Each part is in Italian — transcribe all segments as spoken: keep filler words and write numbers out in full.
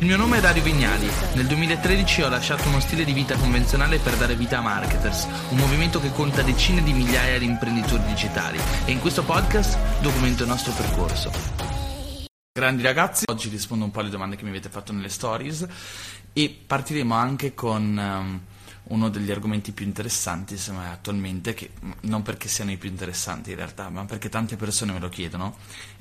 Il mio nome è Dario Vignali. Nel duemilatredici ho lasciato uno stile di vita convenzionale per dare vita a Marketers, un movimento che conta decine di migliaia di imprenditori digitali, e in questo podcast documento il nostro percorso. Grandi ragazzi, oggi rispondo un po' alle domande che mi avete fatto nelle stories e partiremo anche con um, uno degli argomenti più interessanti secondo me attualmente, che non perché siano i più interessanti in realtà, ma perché tante persone me lo chiedono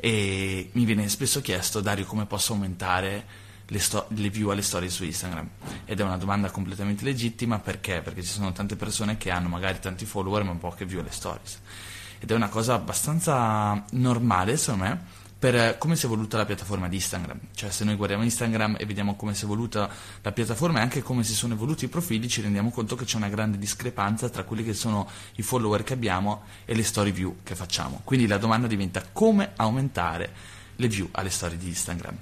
e mi viene spesso chiesto: Dario, come posso aumentare le, sto- le view alle storie su Instagram? Ed è una domanda completamente legittima. Perché? Perché ci sono tante persone che hanno magari tanti follower ma poche view alle stories, ed è una cosa abbastanza normale secondo me per come si è evoluta la piattaforma di Instagram. Cioè, se noi guardiamo Instagram e vediamo come si è evoluta la piattaforma e anche come si sono evoluti i profili, ci rendiamo conto che c'è una grande discrepanza tra quelli che sono i follower che abbiamo e le story view che facciamo. Quindi la domanda diventa: come aumentare le view alle storie di Instagram?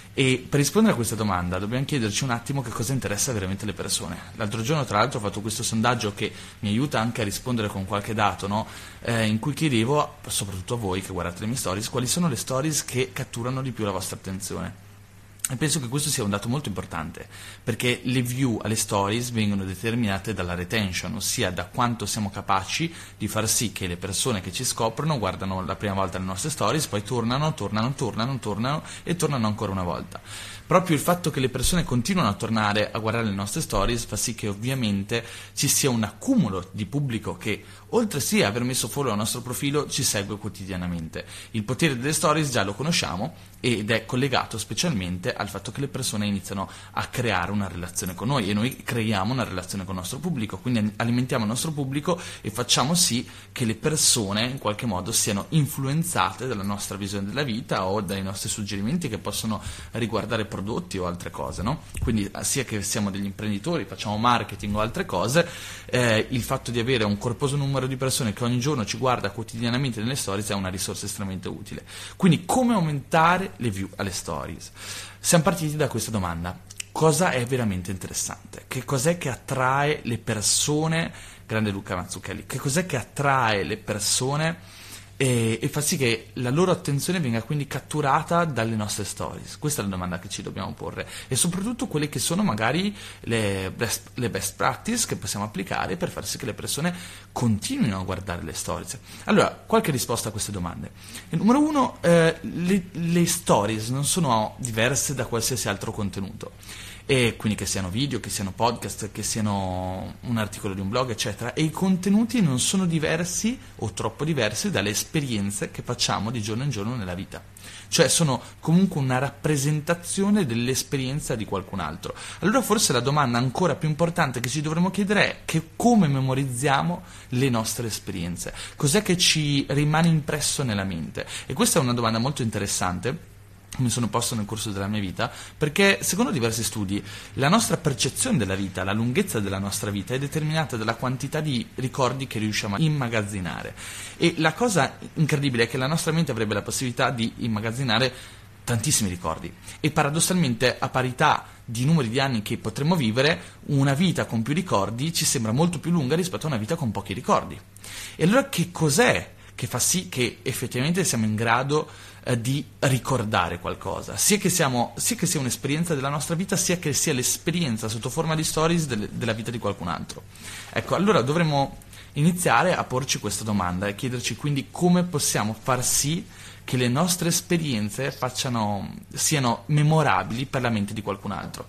E per rispondere a questa domanda dobbiamo chiederci un attimo che cosa interessa veramente le persone. L'altro giorno tra l'altro ho fatto questo sondaggio che mi aiuta anche a rispondere con qualche dato, no? eh, in cui chiedevo, soprattutto a voi che guardate le mie stories, quali sono le stories che catturano di più la vostra attenzione. E penso che questo sia un dato molto importante, perché le view alle stories vengono determinate dalla retention, ossia da quanto siamo capaci di far sì che le persone che ci scoprono guardano la prima volta le nostre stories, poi tornano, tornano, tornano, tornano e tornano ancora una volta. Proprio il fatto che le persone continuano a tornare a guardare le nostre stories fa sì che ovviamente ci sia un accumulo di pubblico che, oltre sì a aver messo follow al nostro profilo, ci segue quotidianamente. Il potere delle stories già lo conosciamo ed è collegato specialmente al fatto che le persone iniziano a creare una relazione con noi e noi creiamo una relazione con il nostro pubblico, quindi alimentiamo il nostro pubblico e facciamo sì che le persone in qualche modo siano influenzate dalla nostra visione della vita o dai nostri suggerimenti che possono riguardare prodotti o altre cose, no? Quindi sia che siamo degli imprenditori, facciamo marketing o altre cose, eh, il fatto di avere un corposo numero di persone che ogni giorno ci guarda quotidianamente nelle stories è una risorsa estremamente utile. Quindi come aumentare le view alle stories? Siamo partiti da questa domanda: cosa è veramente interessante? Che cos'è che attrae le persone? Grande Luca Mazzucchelli. Che cos'è che attrae le persone e, e fa sì che la loro attenzione venga quindi catturata dalle nostre stories? Questa è la domanda che ci dobbiamo porre, e soprattutto quelle che sono magari le best, le best practice che possiamo applicare per far sì che le persone continuino a guardare le stories. Allora, qualche risposta a queste domande. Il numero uno, eh, le, le stories non sono diverse da qualsiasi altro contenuto, e quindi che siano video, che siano podcast, che siano un articolo di un blog, eccetera, e i contenuti non sono diversi o troppo diversi dalle esperienze che facciamo di giorno in giorno nella vita. Cioè sono comunque una rappresentazione dell'esperienza di qualcun altro. Allora forse la domanda ancora più importante che ci dovremmo chiedere è: che come memorizziamo le nostre esperienze? Cos'è che ci rimane impresso nella mente? E questa è una domanda molto interessante, mi sono posto nel corso della mia vita, perché secondo diversi studi la nostra percezione della vita, la lunghezza della nostra vita è determinata dalla quantità di ricordi che riusciamo a immagazzinare. E la cosa incredibile è che la nostra mente avrebbe la possibilità di immagazzinare tantissimi ricordi, e paradossalmente a parità di numeri di anni che potremmo vivere, una vita con più ricordi ci sembra molto più lunga rispetto a una vita con pochi ricordi. E allora che cos'è che fa sì che effettivamente siamo in grado eh, di ricordare qualcosa, sia che, siamo, sia che sia un'esperienza della nostra vita, sia che sia l'esperienza sotto forma di stories del, della vita di qualcun altro? Ecco, allora dovremmo iniziare a porci questa domanda e chiederci quindi come possiamo far sì che le nostre esperienze facciano, siano memorabili per la mente di qualcun altro.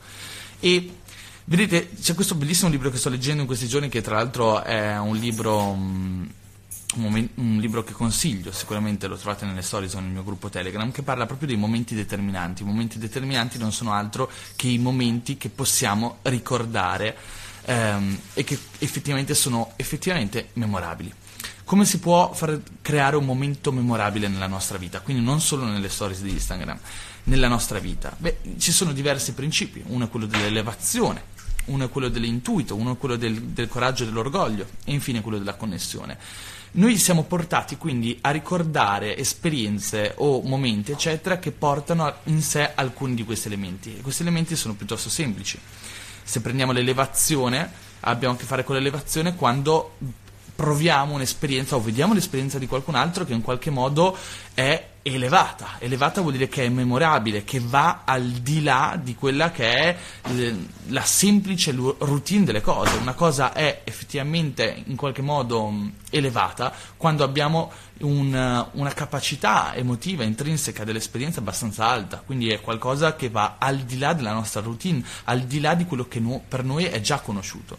E vedete, c'è questo bellissimo libro che sto leggendo in questi giorni, che tra l'altro è un libro... Mh, Un, moment- un libro che consiglio, sicuramente lo trovate nelle stories o nel mio gruppo Telegram, che parla proprio dei momenti determinanti. I momenti determinanti non sono altro che i momenti che possiamo ricordare ehm, e che effettivamente sono effettivamente memorabili. Come si può far creare un momento memorabile nella nostra vita? Quindi non solo nelle stories di Instagram, nella nostra vita. Beh, ci sono diversi principi. Uno è quello dell'elevazione, uno è quello dell'intuito, uno è quello del, del coraggio e dell'orgoglio, e infine quello della connessione. Noi siamo portati quindi a ricordare esperienze o momenti, eccetera, che portano in sé alcuni di questi elementi, e questi elementi sono piuttosto semplici. Se prendiamo l'elevazione, abbiamo a che fare con l'elevazione quando proviamo un'esperienza o vediamo l'esperienza di qualcun altro che in qualche modo è elevata. Elevata vuol dire che è memorabile, che va al di là di quella che è la semplice routine delle cose. Una cosa è effettivamente in qualche modo elevata quando abbiamo un, una capacità emotiva intrinseca dell'esperienza abbastanza alta, quindi è qualcosa che va al di là della nostra routine, al di là di quello che no, per noi è già conosciuto.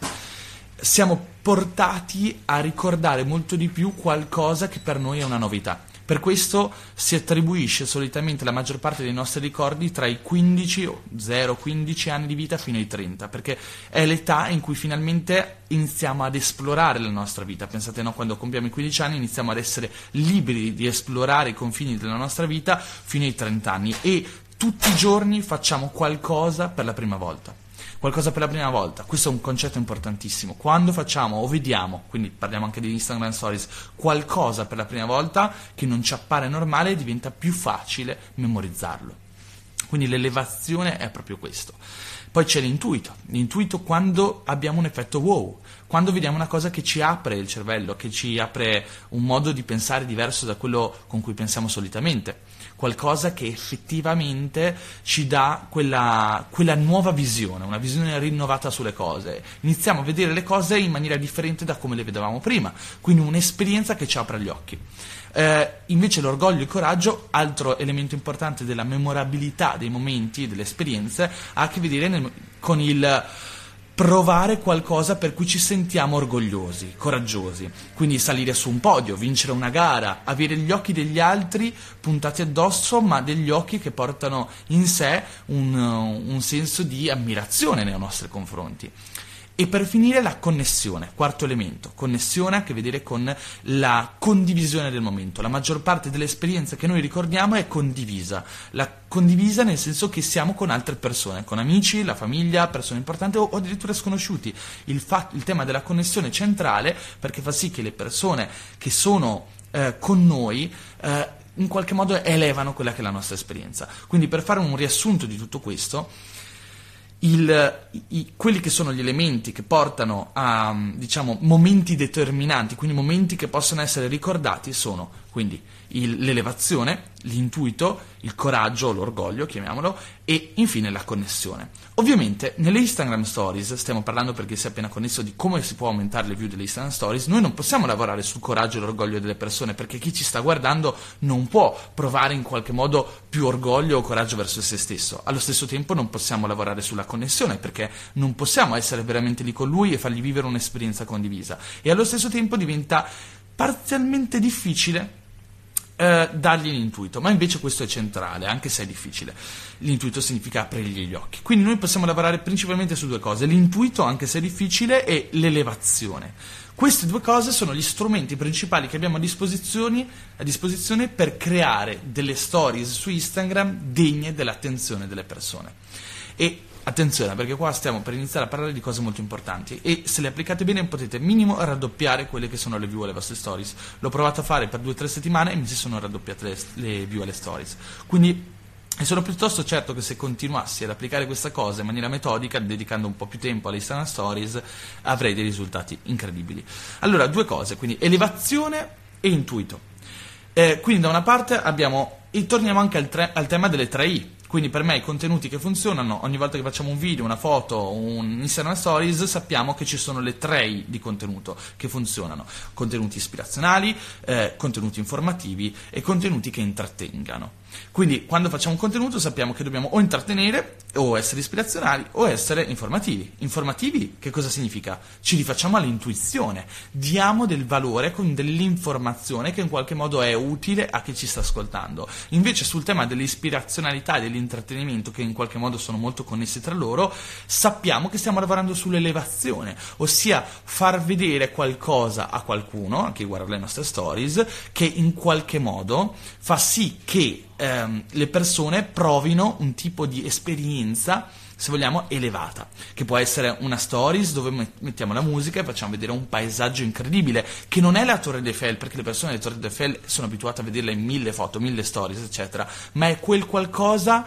Siamo portati a ricordare molto di più qualcosa che per noi è una novità. Per questo si attribuisce solitamente la maggior parte dei nostri ricordi tra i quindici o zero quindici anni di vita fino ai trenta, perché è l'età in cui finalmente iniziamo ad esplorare la nostra vita. Pensate, no, quando compiamo i quindici anni iniziamo ad essere liberi di esplorare i confini della nostra vita fino ai trenta anni, e tutti i giorni facciamo qualcosa per la prima volta. Qualcosa per la prima volta, questo è un concetto importantissimo. Quando facciamo o vediamo, quindi parliamo anche di Instagram Stories, qualcosa per la prima volta che non ci appare normale, diventa più facile memorizzarlo. Quindi l'elevazione è proprio questo. Poi c'è l'intuito, l'intuito quando abbiamo un effetto wow, quando vediamo una cosa che ci apre il cervello, che ci apre un modo di pensare diverso da quello con cui pensiamo solitamente, qualcosa che effettivamente ci dà quella, quella nuova visione, una visione rinnovata sulle cose. Iniziamo a vedere le cose in maniera differente da come le vedevamo prima, quindi un'esperienza che ci apre gli occhi. Eh, invece l'orgoglio e il coraggio, altro elemento importante della memorabilità dei momenti, delle esperienze, ha a che vedere nel, con il provare qualcosa per cui ci sentiamo orgogliosi, coraggiosi. Quindi salire su un podio, vincere una gara, avere gli occhi degli altri puntati addosso, ma degli occhi che portano in sé un, un senso di ammirazione nei nostri confronti. E per finire la connessione, quarto elemento, connessione ha a che vedere con la condivisione del momento. La maggior parte dell'esperienza che noi ricordiamo è condivisa, la condivisa nel senso che siamo con altre persone, con amici, la famiglia, persone importanti o addirittura sconosciuti. Il, fa- il tema della connessione è centrale perché fa sì che le persone che sono eh, con noi eh, in qualche modo elevano quella che è la nostra esperienza. Quindi, per fare un riassunto di tutto questo, Il, i, quelli che sono gli elementi che portano a, diciamo, momenti determinanti, quindi momenti che possono essere ricordati, sono quindi il, l'elevazione, l'intuito, il coraggio, l'orgoglio, chiamiamolo, e infine la connessione. Ovviamente nelle Instagram Stories, stiamo parlando perché si è appena connesso di come si può aumentare le view delle Instagram Stories, noi non possiamo lavorare sul coraggio e l'orgoglio delle persone, perché chi ci sta guardando non può provare in qualche modo più orgoglio o coraggio verso se stesso. Allo stesso tempo non possiamo lavorare sulla connessione, perché non possiamo essere veramente lì con lui e fargli vivere un'esperienza condivisa, e allo stesso tempo diventa parzialmente difficile eh, dargli l'intuito, ma invece questo è centrale, anche se è difficile. L'intuito significa aprirgli gli occhi, quindi noi possiamo lavorare principalmente su due cose: l'intuito, anche se è difficile, e l'elevazione. Queste due cose sono gli strumenti principali che abbiamo a disposizione, a disposizione per creare delle stories su Instagram degne dell'attenzione delle persone. E attenzione, perché qua stiamo per iniziare a parlare di cose molto importanti, e se le applicate bene potete minimo raddoppiare quelle che sono le view alle vostre stories. L'ho provato a fare per due o tre settimane e mi si sono raddoppiate le, le view alle stories. Quindi e sono piuttosto certo che se continuassi ad applicare questa cosa in maniera metodica, dedicando un po' più tempo alle Instagram Stories, avrei dei risultati incredibili. Allora, due cose, quindi elevazione e intuito. Eh, quindi da una parte abbiamo, e torniamo anche al, tre, al tema delle tre I. Quindi per me i contenuti che funzionano, ogni volta che facciamo un video, una foto, un Instagram Stories, sappiamo che ci sono le tre I di contenuto che funzionano: contenuti ispirazionali, eh, contenuti informativi e contenuti che intrattengano. Quindi quando facciamo un contenuto sappiamo che dobbiamo o intrattenere, o essere ispirazionali, o essere informativi. Informativi che cosa significa? Ci rifacciamo all'intuizione, diamo del valore con dell'informazione che in qualche modo è utile a chi ci sta ascoltando. Invece sul tema dell'ispirazionalità e dell'intrattenimento, che in qualche modo sono molto connessi tra loro, sappiamo che stiamo lavorando sull'elevazione, ossia far vedere qualcosa a qualcuno, a chi guarda le nostre stories, che in qualche modo fa sì che ehm, le persone provino un tipo di esperienza, se vogliamo, elevata, che può essere una stories dove mettiamo la musica e facciamo vedere un paesaggio incredibile, che non è la Torre Eiffel, perché le persone della Torre Eiffel sono abituate a vederla in mille foto, mille stories, eccetera, ma è quel qualcosa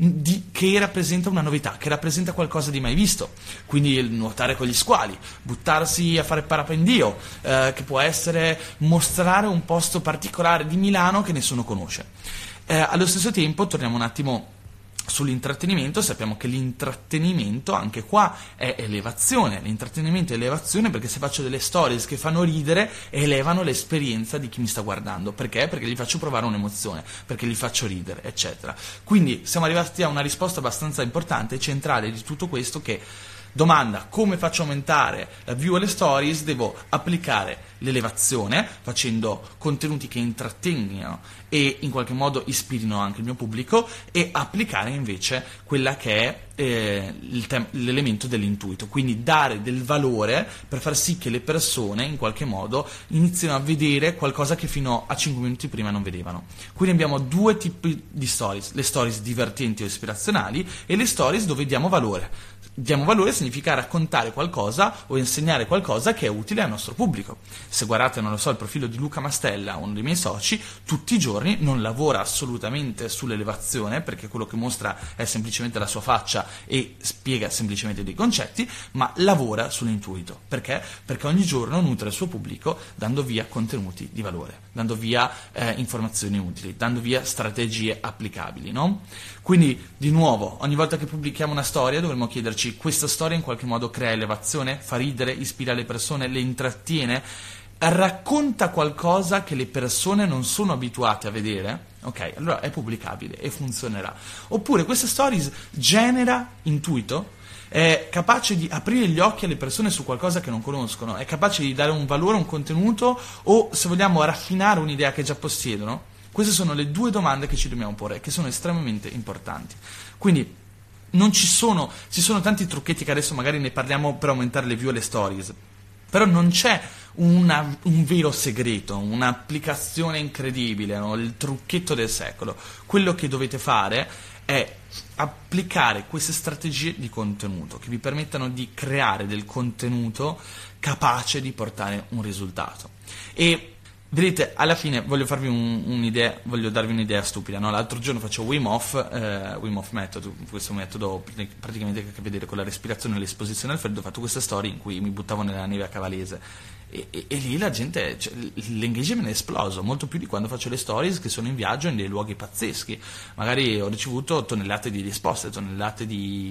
di, che rappresenta una novità, che rappresenta qualcosa di mai visto, quindi il nuotare con gli squali, buttarsi a fare parapendio, eh, che può essere mostrare un posto particolare di Milano che nessuno conosce. Eh, allo stesso tempo, torniamo un attimo sull'intrattenimento, sappiamo che l'intrattenimento anche qua è elevazione, l'intrattenimento è elevazione perché se faccio delle stories che fanno ridere elevano l'esperienza di chi mi sta guardando, perché? Perché gli faccio provare un'emozione, perché gli faccio ridere, eccetera. Quindi siamo arrivati a una risposta abbastanza importante e centrale di tutto questo, che domanda: come faccio aumentare la view alle stories? Devo applicare l'elevazione facendo contenuti che intrattengano e in qualche modo ispirino anche il mio pubblico, e applicare invece quella che è eh, il tem- l'elemento dell'intuito, quindi dare del valore per far sì che le persone in qualche modo iniziano a vedere qualcosa che fino a cinque minuti prima non vedevano. Quindi abbiamo due tipi di stories: le stories divertenti o ispirazionali e le stories dove diamo valore. Diamo valore significa raccontare qualcosa o insegnare qualcosa che è utile al nostro pubblico. Se guardate, non lo so, il profilo di Luca Mastella, uno dei miei soci, tutti i giorni non lavora assolutamente sull'elevazione, perché quello che mostra è semplicemente la sua faccia e spiega semplicemente dei concetti, ma lavora sull'intuito. Perché? Perché ogni giorno nutre il suo pubblico dando via contenuti di valore, dando via eh, informazioni utili, dando via strategie applicabili, no? Quindi, di nuovo, ogni volta che pubblichiamo una storia dovremmo chiederci: questa storia in qualche modo crea elevazione, fa ridere, ispira le persone, le intrattiene, racconta qualcosa che le persone non sono abituate a vedere? Ok, allora è pubblicabile e funzionerà. Oppure questa stories genera intuito, è capace di aprire gli occhi alle persone su qualcosa che non conoscono, è capace di dare un valore a un contenuto, o, se vogliamo, raffinare un'idea che già possiedono? Queste sono le due domande che ci dobbiamo porre, che sono estremamente importanti. Quindi non ci sono, ci sono tanti trucchetti che adesso magari ne parliamo per aumentare le view alle stories, però non c'è una, un vero segreto, un'applicazione incredibile, no? Il trucchetto del secolo. Quello che dovete fare è applicare queste strategie di contenuto che vi permettano di creare del contenuto capace di portare un risultato. E vedete, alla fine voglio farvi un, un'idea, voglio darvi un'idea stupida, no? L'altro giorno facevo Wim Hof, eh, Wim Hof Method, questo metodo praticamente che ha a che vedere con la respirazione e l'esposizione al freddo. Ho fatto questa storia in cui mi buttavo nella neve a Cavalese e, e, e lì la gente, cioè, l'engagement è esploso, molto più di quando faccio le stories che sono in viaggio in dei luoghi pazzeschi. Magari ho ricevuto tonnellate di risposte, tonnellate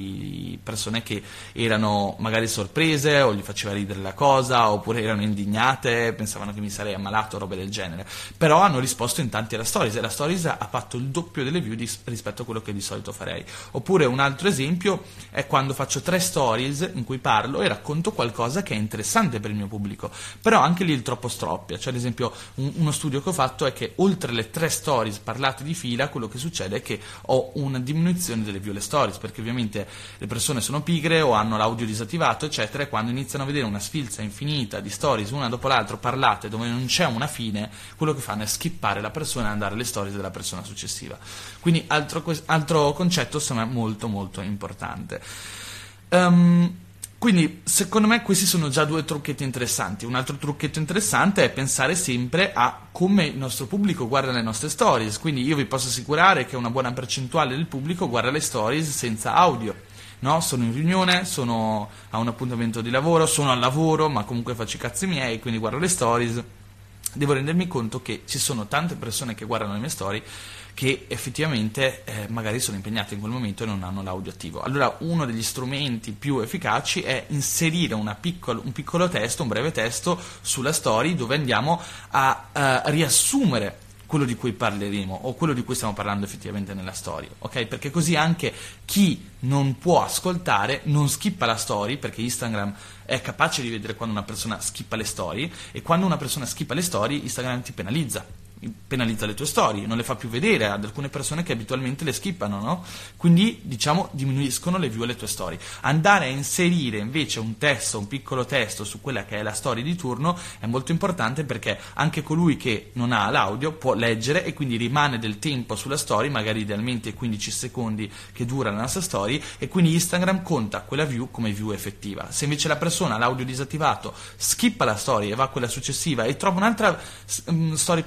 di persone che erano magari sorprese o gli faceva ridere la cosa, oppure erano indignate, pensavano che mi sarei ammalato, robe del genere, però hanno risposto in tanti alla stories, e la stories ha fatto il doppio delle view di, rispetto a quello che di solito farei. Oppure un altro esempio è quando faccio tre stories in cui parlo e racconto qualcosa che è interessante per il mio pubblico, però anche lì il troppo stroppia. Cioè, ad esempio, un, uno studio che ho fatto è che oltre le tre stories parlate di fila, quello che succede è che ho una diminuzione delle view alle stories, perché ovviamente le persone sono pigre o hanno l'audio disattivato, eccetera, e quando iniziano a vedere una sfilza infinita di stories una dopo l'altra parlate dove non c'è una fine, quello che fanno è skippare la persona e andare alle stories della persona successiva. Quindi altro, altro concetto, secondo me, molto molto importante. Um, quindi secondo me questi sono già due trucchetti interessanti. Un altro trucchetto interessante è pensare sempre a come il nostro pubblico guarda le nostre stories. Quindi io vi posso assicurare che una buona percentuale del pubblico guarda le stories senza audio, no? Sono in riunione, sono a un appuntamento di lavoro, sono al lavoro, ma comunque faccio i cazzi miei, quindi guardo le stories. Devo rendermi conto che ci sono tante persone che guardano le mie storie che effettivamente eh, magari sono impegnate in quel momento e non hanno l'audio attivo. Allora uno degli strumenti più efficaci è inserire una piccolo, un piccolo testo, un breve testo sulla story, dove andiamo a, a riassumere quello di cui parleremo o quello di cui stiamo parlando effettivamente nella storia, ok? Perché così anche chi non può ascoltare non skippa la story, perché Instagram è capace di vedere quando una persona skippa le story, e quando una persona skippa le story Instagram ti penalizza. penalizza le tue storie, non le fa più vedere ad alcune persone che abitualmente le skippano, no? Quindi, diciamo, diminuiscono le view alle tue storie. Andare a inserire invece un testo, un piccolo testo su quella che è la storia di turno è molto importante, perché anche colui che non ha l'audio può leggere e quindi rimane del tempo sulla story, magari idealmente quindici secondi che dura la nostra story, e quindi Instagram conta quella view come view effettiva. Se invece la persona ha l'audio disattivato, skippa la storia e va a quella successiva e trova un'altra um, story parlata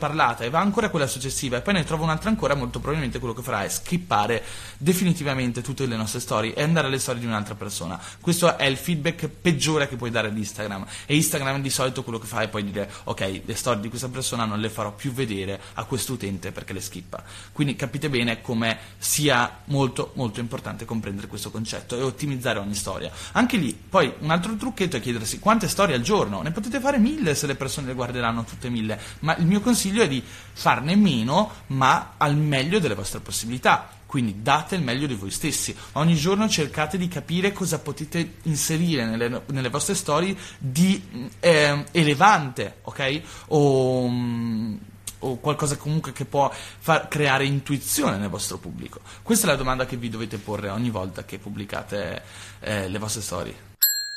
e va ancora quella successiva e poi ne trova un'altra ancora, molto probabilmente quello che farà è skippare definitivamente tutte le nostre storie e andare alle storie di un'altra persona. Questo è il feedback peggiore che puoi dare ad Instagram, e Instagram di solito quello che fa è poi dire ok, le storie di questa persona non le farò più vedere a questo utente perché le skippa. Quindi capite bene come sia molto molto importante comprendere questo concetto e ottimizzare ogni storia. Anche lì poi un altro trucchetto è chiedersi quante storie al giorno. Ne potete fare mille se le persone le guarderanno tutte mille, ma il mio consiglio è di farne meno ma al meglio delle vostre possibilità. Quindi date il meglio di voi stessi. Ogni giorno cercate di capire cosa potete inserire nelle, nelle vostre storie di eh, elevante, ok? O, o qualcosa comunque che può far creare intuizione nel vostro pubblico. Questa è la domanda che vi dovete porre ogni volta che pubblicate eh, le vostre storie.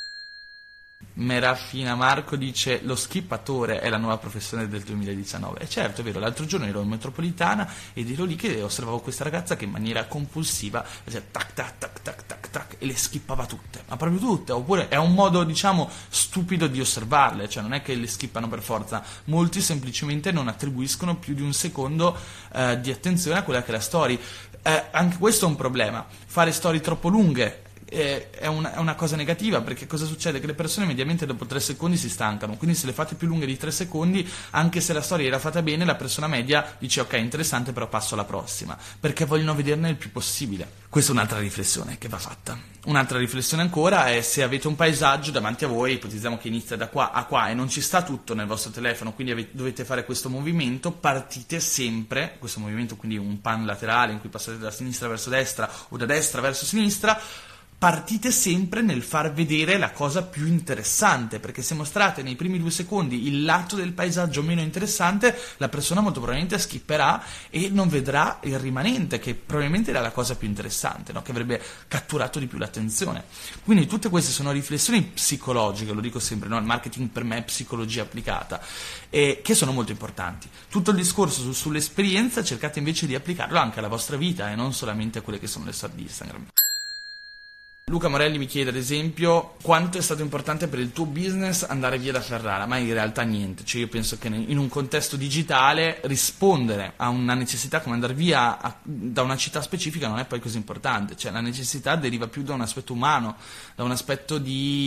Merafina Marco dice lo skippatore è la nuova professione del duemiladiciannove. E certo, è vero, l'altro giorno ero in metropolitana ed ero lì che osservavo questa ragazza che in maniera compulsiva faceva tac tac tac tac tac tac e le skippava tutte, ma proprio tutte. Oppure è un modo, diciamo, stupido di osservarle, cioè non è che le skippano per forza, molti semplicemente non attribuiscono più di un secondo eh, di attenzione a quella che è la story. Eh, anche questo è un problema, fare storie troppo lunghe è una, è una cosa negativa, perché cosa succede? Che le persone mediamente dopo tre secondi si stancano, quindi se le fate più lunghe di tre secondi, anche se la storia era fatta bene, la persona media dice ok, interessante, però passo alla prossima, perché vogliono vederne il più possibile. Questa è un'altra riflessione che va fatta. Un'altra riflessione ancora è: se avete un paesaggio davanti a voi, ipotizziamo che inizia da qua a qua e non ci sta tutto nel vostro telefono, quindi avete, dovete fare questo movimento, partite sempre, questo movimento quindi un pan laterale in cui passate da sinistra verso destra o da destra verso sinistra, partite sempre nel far vedere la cosa più interessante, perché se mostrate nei primi due secondi il lato del paesaggio meno interessante, la persona molto probabilmente skipperà e non vedrà il rimanente, che probabilmente era la cosa più interessante, no? Che avrebbe catturato di più l'attenzione. Quindi tutte queste sono riflessioni psicologiche, lo dico sempre, no? Il marketing per me è psicologia applicata, e che sono molto importanti. Tutto il discorso su, sull'esperienza cercate invece di applicarlo anche alla vostra vita e non solamente a quelle che sono le storie di Instagram. Luca Morelli mi chiede ad esempio quanto è stato importante per il tuo business andare via da Ferrara, ma in realtà niente. Cioè io penso che in un contesto digitale rispondere a una necessità come andare via a, da una città specifica non è poi così importante, cioè la necessità deriva più da un aspetto umano, da un aspetto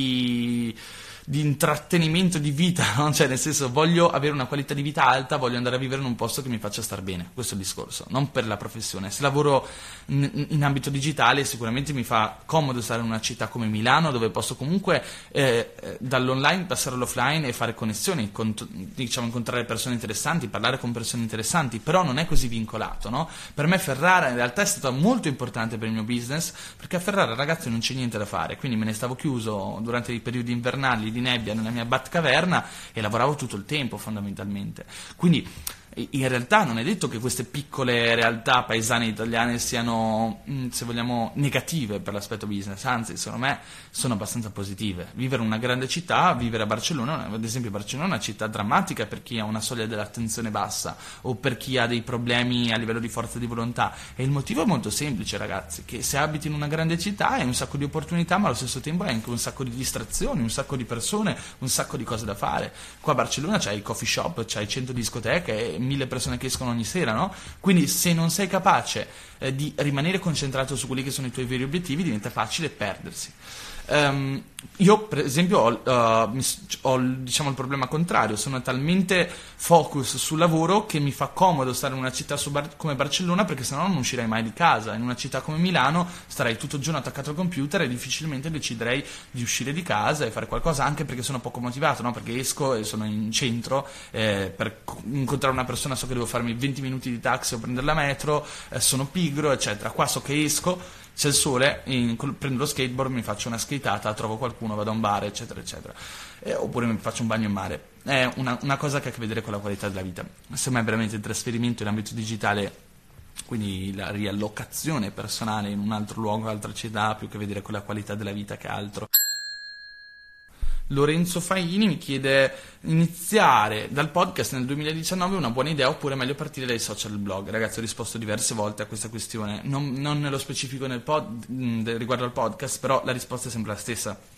di... di intrattenimento di vita, no? Cioè nel senso, voglio avere una qualità di vita alta, voglio andare a vivere in un posto che mi faccia star bene, questo è il discorso, non per la professione. Se lavoro in, in ambito digitale sicuramente mi fa comodo stare in una città come Milano, dove posso comunque eh, dall'online passare all'offline e fare connessioni, cont- diciamo incontrare persone interessanti, parlare con persone interessanti, però non è così vincolato, no? Per me Ferrara in realtà è stata molto importante per il mio business, perché a Ferrara ragazzi non c'è niente da fare, quindi me ne stavo chiuso durante i periodi invernali di nebbia nella mia Batcaverna e lavoravo tutto il tempo fondamentalmente. Quindi in realtà non è detto che queste piccole realtà paesane italiane siano, se vogliamo, negative per l'aspetto business, anzi secondo me sono abbastanza positive. Vivere in una grande città, vivere a Barcellona, ad esempio Barcellona è una città drammatica per chi ha una soglia dell'attenzione bassa o per chi ha dei problemi a livello di forza di volontà, e il motivo è molto semplice ragazzi, che se abiti in una grande città hai un sacco di opportunità, ma allo stesso tempo hai anche un sacco di distrazioni, un sacco di persone, un sacco di cose da fare. Qua a Barcellona c'hai i coffee shop, c'hai cento discoteche, mille persone che escono ogni sera, no? Quindi se non sei capace eh, di rimanere concentrato su quelli che sono i tuoi veri obiettivi, diventa facile perdersi. Um, io per esempio ho, uh, ho diciamo il problema contrario, sono talmente focus sul lavoro che mi fa comodo stare in una città su Bar- come Barcellona, perché sennò non uscirei mai di casa. In una città come Milano starei tutto il giorno attaccato al computer e difficilmente deciderei di uscire di casa e fare qualcosa, anche perché sono poco motivato, no? Perché esco e sono in centro eh, per incontrare una persona, so che devo farmi venti minuti di taxi o prendere la metro, eh, sono pigro eccetera. Qua so che esco, c'è il sole, in, prendo lo skateboard, mi faccio una skateata, trovo qualcuno, vado a un bar eccetera eccetera, eh, oppure mi faccio un bagno in mare. È una, una cosa che ha a che vedere con la qualità della vita. Secondo me veramente il trasferimento in ambito digitale, quindi la riallocazione personale in un altro luogo, altra città, più che vedere con la qualità della vita che altro. Lorenzo Faini mi chiede: iniziare dal podcast nel duemiladiciannove è una buona idea oppure è meglio partire dai social blog? Ragazzi, ho risposto diverse volte a questa questione, non, non nello specifico nel pod, riguardo al podcast, però la risposta è sempre la stessa.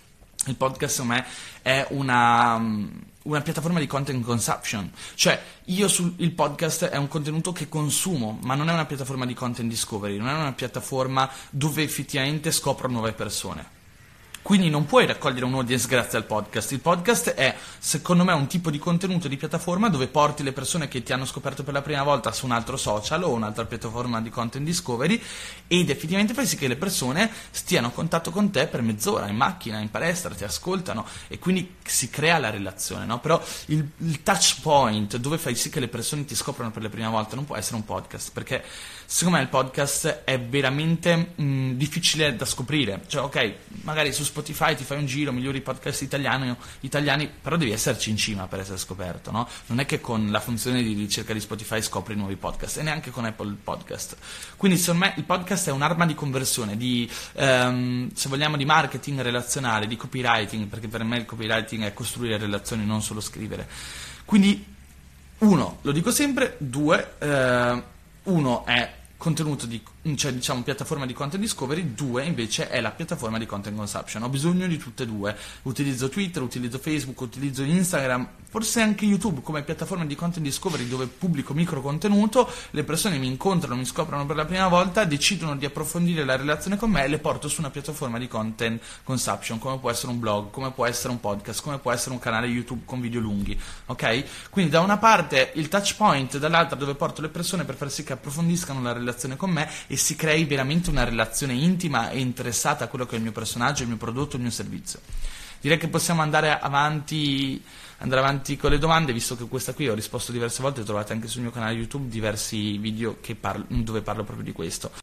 il podcast secondo me è una, una piattaforma di content consumption, cioè io sul il podcast è un contenuto che consumo, ma non è una piattaforma di content discovery, non è una piattaforma dove effettivamente scopro nuove persone. Quindi non puoi raccogliere un audience grazie al podcast. Il podcast è, secondo me, un tipo di contenuto di piattaforma dove porti le persone che ti hanno scoperto per la prima volta su un altro social o un'altra piattaforma di content discovery, ed effettivamente fai sì che le persone stiano a contatto con te per mezz'ora, in macchina, in palestra, ti ascoltano, e quindi si crea la relazione, no? Però il, il touch point dove fai sì che le persone ti scoprono per la prima volta non può essere un podcast, perché secondo me il podcast è veramente mh, difficile da scoprire. Cioè, ok, magari su Spotify ti fai un giro, migliori podcast italiani, italiani, però devi esserci in cima per essere scoperto, no? Non è che con la funzione di ricerca di Spotify scopri nuovi podcast, e neanche con Apple Podcast. Quindi secondo me il podcast è un'arma di conversione, di um, se vogliamo di marketing relazionale, di copywriting, perché per me il copywriting è costruire relazioni, non solo scrivere. Quindi uno, lo dico sempre, due, uh, uno è contenuto di, cioè diciamo piattaforma di content discovery, due invece è la piattaforma di content consumption. Ho bisogno di tutte e due, utilizzo Twitter, utilizzo Facebook, utilizzo Instagram, forse anche YouTube come piattaforma di content discovery dove pubblico micro contenuto, le persone mi incontrano, mi scoprono per la prima volta, decidono di approfondire la relazione con me e le porto su una piattaforma di content consumption, come può essere un blog, come può essere un podcast, come può essere un canale YouTube con video lunghi, ok? Quindi da una parte il touch point, dall'altra dove porto le persone per far sì che approfondiscano la relazione con me e si crei veramente una relazione intima e interessata a quello che è il mio personaggio, il mio prodotto, il mio servizio. Direi che possiamo andare avanti andare avanti con le domande, visto che questa qui ho risposto diverse volte, trovate anche sul mio canale YouTube diversi video che parlo, dove parlo proprio di questo.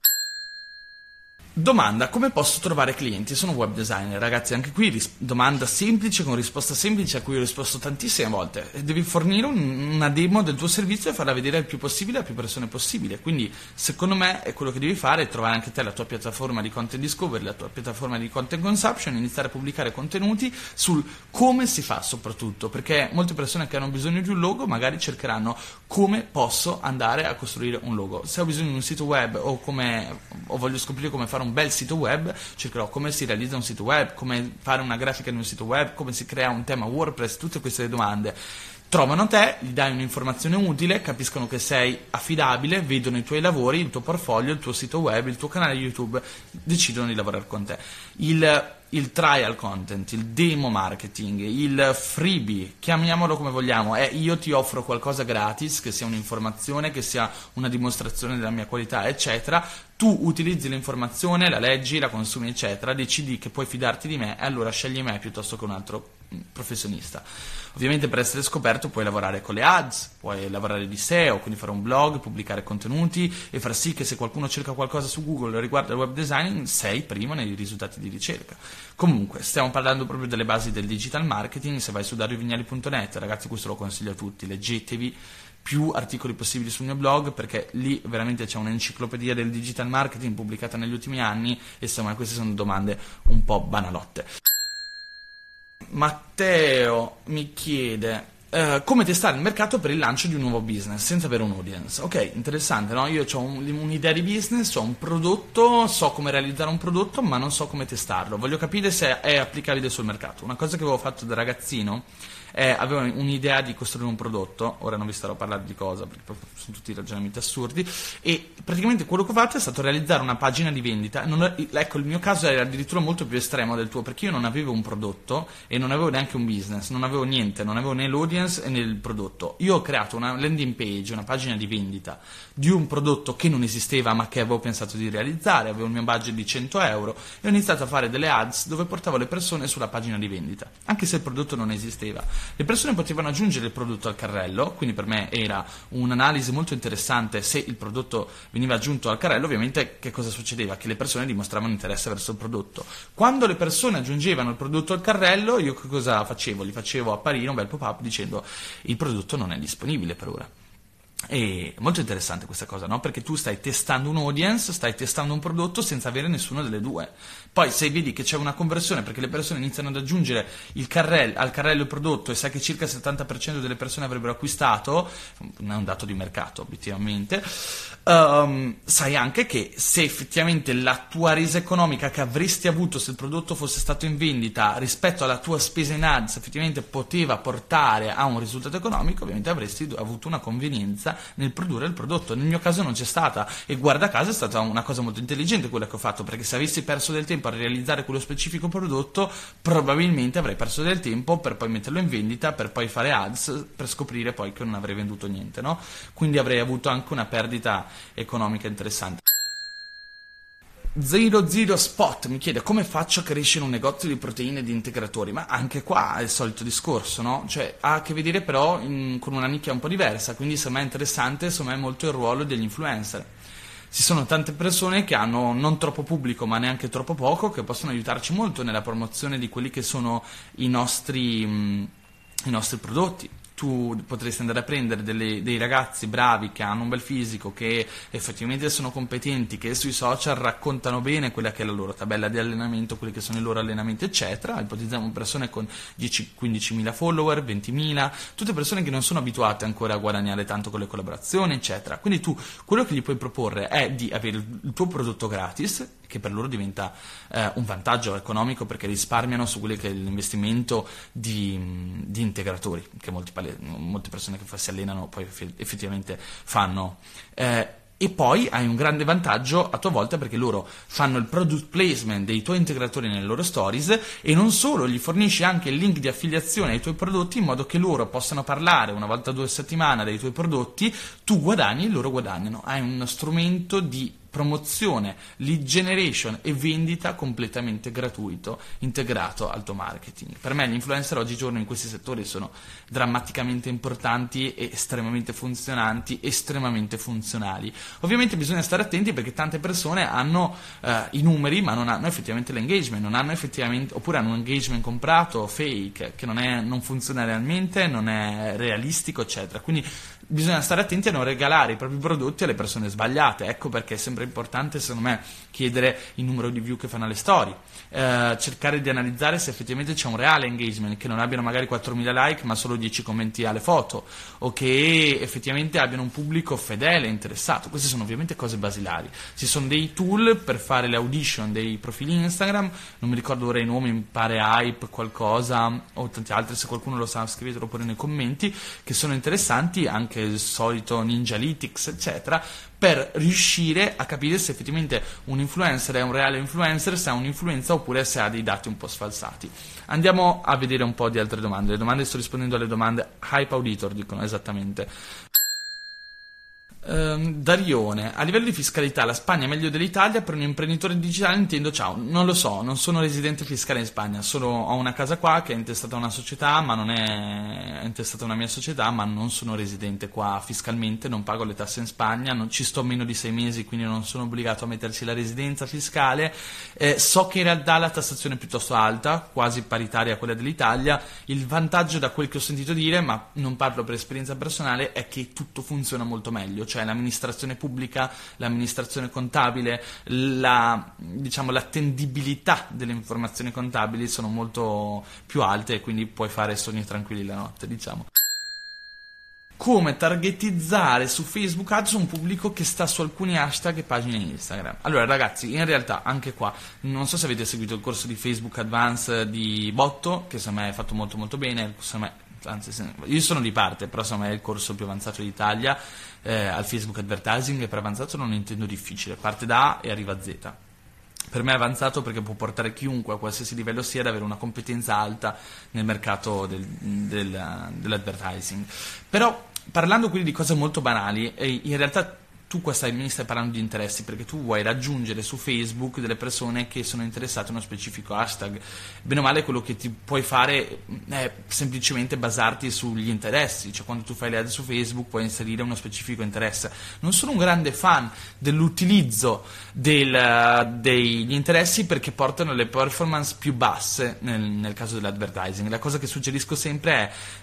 Domanda: come posso trovare clienti? Sono web designer, ragazzi, anche qui ris- domanda semplice con risposta semplice a cui ho risposto tantissime volte. Devi fornire un, una demo del tuo servizio e farla vedere il più possibile a più persone possibile. Quindi secondo me è quello che devi fare, è trovare anche te la tua piattaforma di content discovery, la tua piattaforma di content consumption, iniziare a pubblicare contenuti sul come si fa, soprattutto perché molte persone che hanno bisogno di un logo magari cercheranno come posso andare a costruire un logo. Se ho bisogno di un sito web o, come, o voglio scoprire come fare un bel sito web, cercherò come si realizza un sito web, come fare una grafica di un sito web, come si crea un tema WordPress. Tutte queste domande trovano te, gli dai un'informazione utile, capiscono che sei affidabile, vedono i tuoi lavori, il tuo portfolio, il tuo sito web, il tuo canale YouTube, decidono di lavorare con te. Il, il trial content, il demo marketing, il freebie, chiamiamolo come vogliamo, è io ti offro qualcosa gratis, che sia un'informazione, che sia una dimostrazione della mia qualità, eccetera. Tu utilizzi l'informazione, la leggi, la consumi, eccetera, decidi che puoi fidarti di me e allora scegli me piuttosto che un altro professionista. Ovviamente per essere scoperto puoi lavorare con le ads, puoi lavorare di S E O, quindi fare un blog, pubblicare contenuti e far sì che se qualcuno cerca qualcosa su Google riguardo al web design sei primo nei risultati di ricerca. Comunque stiamo parlando proprio delle basi del digital marketing. Se vai su dario vignali punto net, ragazzi, questo lo consiglio a tutti, leggetevi più articoli possibili sul mio blog, perché lì veramente c'è un'enciclopedia del digital marketing pubblicata negli ultimi anni e insomma queste sono domande un po' banalotte. Matteo mi chiede Uh, come testare il mercato per il lancio di un nuovo business senza avere un audience. Ok, interessante, no? Io ho un, un'idea di business, ho un prodotto, so come realizzare un prodotto, ma non so come testarlo. Voglio capire se è applicabile sul mercato. Una cosa che avevo fatto da ragazzino è, avevo un'idea di costruire un prodotto, ora non vi starò a parlare di cosa, perché sono tutti ragionamenti assurdi, e praticamente quello che ho fatto è stato realizzare una pagina di vendita. Non, ecco, il mio caso era addirittura molto più estremo del tuo, perché io non avevo un prodotto e non avevo neanche un business, non avevo niente, non avevo né l'audience e nel prodotto. Io ho creato una landing page, una pagina di vendita di un prodotto che non esisteva ma che avevo pensato di realizzare, avevo il mio budget di cento euro e ho iniziato a fare delle ads dove portavo le persone sulla pagina di vendita, anche se il prodotto non esisteva. Le persone potevano aggiungere il prodotto al carrello, quindi per me era un'analisi molto interessante. Se il prodotto veniva aggiunto al carrello, ovviamente che cosa succedeva? Che le persone dimostravano interesse verso il prodotto. Quando le persone aggiungevano il prodotto al carrello, io che cosa facevo? Gli facevo apparire un bel pop-up dicendo il prodotto non è disponibile per ora. E è molto interessante questa cosa, no? Perché tu stai testando un audience, stai testando un prodotto senza avere nessuna delle due. Poi se vedi che c'è una conversione perché le persone iniziano ad aggiungere il carrello, al carrello il prodotto e sai che circa il settanta per cento delle persone avrebbero acquistato, non è un dato di mercato obiettivamente, um, sai anche che se effettivamente la tua resa economica che avresti avuto se il prodotto fosse stato in vendita rispetto alla tua spesa in ads effettivamente poteva portare a un risultato economico, ovviamente avresti avuto una convenienza nel produrre il prodotto. Nel mio caso non c'è stata, e guarda caso è stata una cosa molto intelligente quella che ho fatto, perché se avessi perso del tempo a realizzare quello specifico prodotto probabilmente avrei perso del tempo per poi metterlo in vendita, per poi fare ads, per scoprire poi che non avrei venduto niente, no? Quindi avrei avuto anche una perdita economica interessante. Zero Zero Spot mi chiede come faccio a crescere un negozio di proteine e di integratori, ma anche qua è il solito discorso, no? Cioè ha a che vedere però in, con una nicchia un po' diversa, quindi secondo me è interessante, secondo me è molto il ruolo degli influencer. Ci sono tante persone che hanno non troppo pubblico ma neanche troppo poco, che possono aiutarci molto nella promozione di quelli che sono i nostri, mh, i nostri prodotti. Tu potresti andare a prendere delle, dei ragazzi bravi che hanno un bel fisico, che effettivamente sono competenti, che sui social raccontano bene quella che è la loro tabella di allenamento, quelli che sono i loro allenamenti eccetera. Ipotizziamo persone con dieci quindici mila follower, ventimila, tutte persone che non sono abituate ancora a guadagnare tanto con le collaborazioni eccetera. Quindi tu quello che gli puoi proporre è di avere il tuo prodotto gratis, che per loro diventa eh, un vantaggio economico perché risparmiano su quello che è l'investimento di, di integratori, che molti, molte persone che si allenano poi effettivamente fanno. Eh, e poi hai un grande vantaggio a tua volta perché loro fanno il product placement dei tuoi integratori nelle loro stories, e non solo, gli fornisci anche il link di affiliazione ai tuoi prodotti in modo che loro possano parlare una volta a due settimane dei tuoi prodotti, tu guadagni e loro guadagnano. Hai uno strumento di promozione, lead generation e vendita completamente gratuito, integrato al tuo marketing. Per me gli influencer oggigiorno in questi settori sono drammaticamente importanti e estremamente funzionanti, estremamente funzionali. Ovviamente bisogna stare attenti perché tante persone hanno eh, i numeri ma non hanno effettivamente l'engagement, non hanno effettivamente, oppure hanno un engagement comprato, fake, che non, è, non funziona realmente, non è realistico eccetera. Quindi bisogna stare attenti a non regalare i propri prodotti alle persone sbagliate. Ecco perché è sempre importante, secondo me, chiedere il numero di view che fanno alle storie, eh, cercare di analizzare se effettivamente c'è un reale engagement, che non abbiano magari quattromila like ma solo dieci commenti alle foto, o che effettivamente abbiano un pubblico fedele e interessato. Queste sono ovviamente cose basilari. Ci sono dei tool per fare le audition dei profili Instagram, non mi ricordo ora i nomi, mi pare Hype qualcosa o tanti altri, se qualcuno lo sa scrivetelo pure nei commenti, che sono interessanti, anche il solito Ninjalytics eccetera, per riuscire a capire se effettivamente un influencer è un reale influencer, se ha un'influenza oppure se ha dei dati un po' sfalsati. Andiamo a vedere un po' di altre domande. Le domande, sto rispondendo alle domande. Hype Auditor dicono esattamente. Um, Darione, a livello di fiscalità la Spagna è meglio dell'Italia per un imprenditore digitale? Intendo, ciao, non lo so, non sono residente fiscale in Spagna, solo ho una casa qua che è intestata a una società, ma non è, è intestata a una mia società, ma non sono residente qua fiscalmente, non pago le tasse in Spagna, non ci sto meno di sei mesi, quindi non sono obbligato a metterci la residenza fiscale. Eh, so che in realtà la tassazione è piuttosto alta, quasi paritaria a quella dell'Italia. Il vantaggio, da quel che ho sentito dire, ma non parlo per esperienza personale, è che tutto funziona molto meglio, cioè l'amministrazione pubblica, l'amministrazione contabile, la, diciamo, l'attendibilità delle informazioni contabili sono molto più alte e quindi puoi fare sogni tranquilli la notte, diciamo. Come targetizzare su Facebook Ads un pubblico che sta su alcuni hashtag e pagine Instagram? Allora ragazzi, in realtà anche qua, non so se avete seguito il corso di Facebook Advance di Botto, che secondo me è fatto molto molto bene, secondo me, anzi io sono di parte, però secondo me è il corso più avanzato d'Italia eh, al Facebook Advertising, e per avanzato non intendo difficile, parte da A e arriva a Z. Per me è avanzato perché può portare chiunque a qualsiasi livello sia ad avere una competenza alta nel mercato del, del, dell'advertising. Però parlando quindi di cose molto banali, in realtà tu qua stai, mi stai parlando di interessi, perché tu vuoi raggiungere su Facebook delle persone che sono interessate a uno specifico hashtag. Bene o male quello che ti puoi fare è semplicemente basarti sugli interessi, cioè quando tu fai le ad su Facebook puoi inserire uno specifico interesse. Non sono un grande fan dell'utilizzo del, degli interessi perché portano le performance più basse nel, nel caso dell'advertising. La cosa che suggerisco sempre è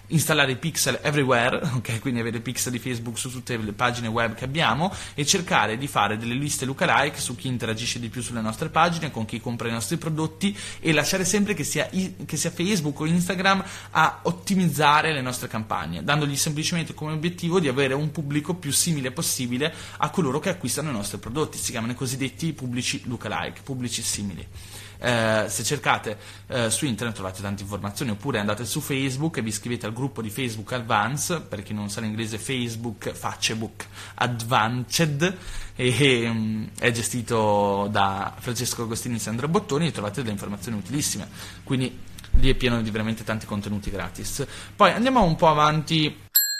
installare i pixel everywhere, ok, quindi avere pixel di Facebook su tutte le pagine web che abbiamo e cercare di fare delle liste lookalike su chi interagisce di più sulle nostre pagine, con chi compra i nostri prodotti, e lasciare sempre che sia, che sia Facebook o Instagram a ottimizzare le nostre campagne, dandogli semplicemente come obiettivo di avere un pubblico più simile possibile a coloro che acquistano i nostri prodotti. Si chiamano i cosiddetti pubblici lookalike, pubblici simili. Eh, se cercate eh, su internet trovate tante informazioni, oppure andate su Facebook e vi iscrivete al gruppo di Facebook Advance, per chi non sa l'inglese Facebook, Facebook Advanced, e, e um, è gestito da Francesco Agostini e Sandra Bottoni, e trovate delle informazioni utilissime, quindi lì è pieno di veramente tanti contenuti gratis. Poi andiamo un po' avanti.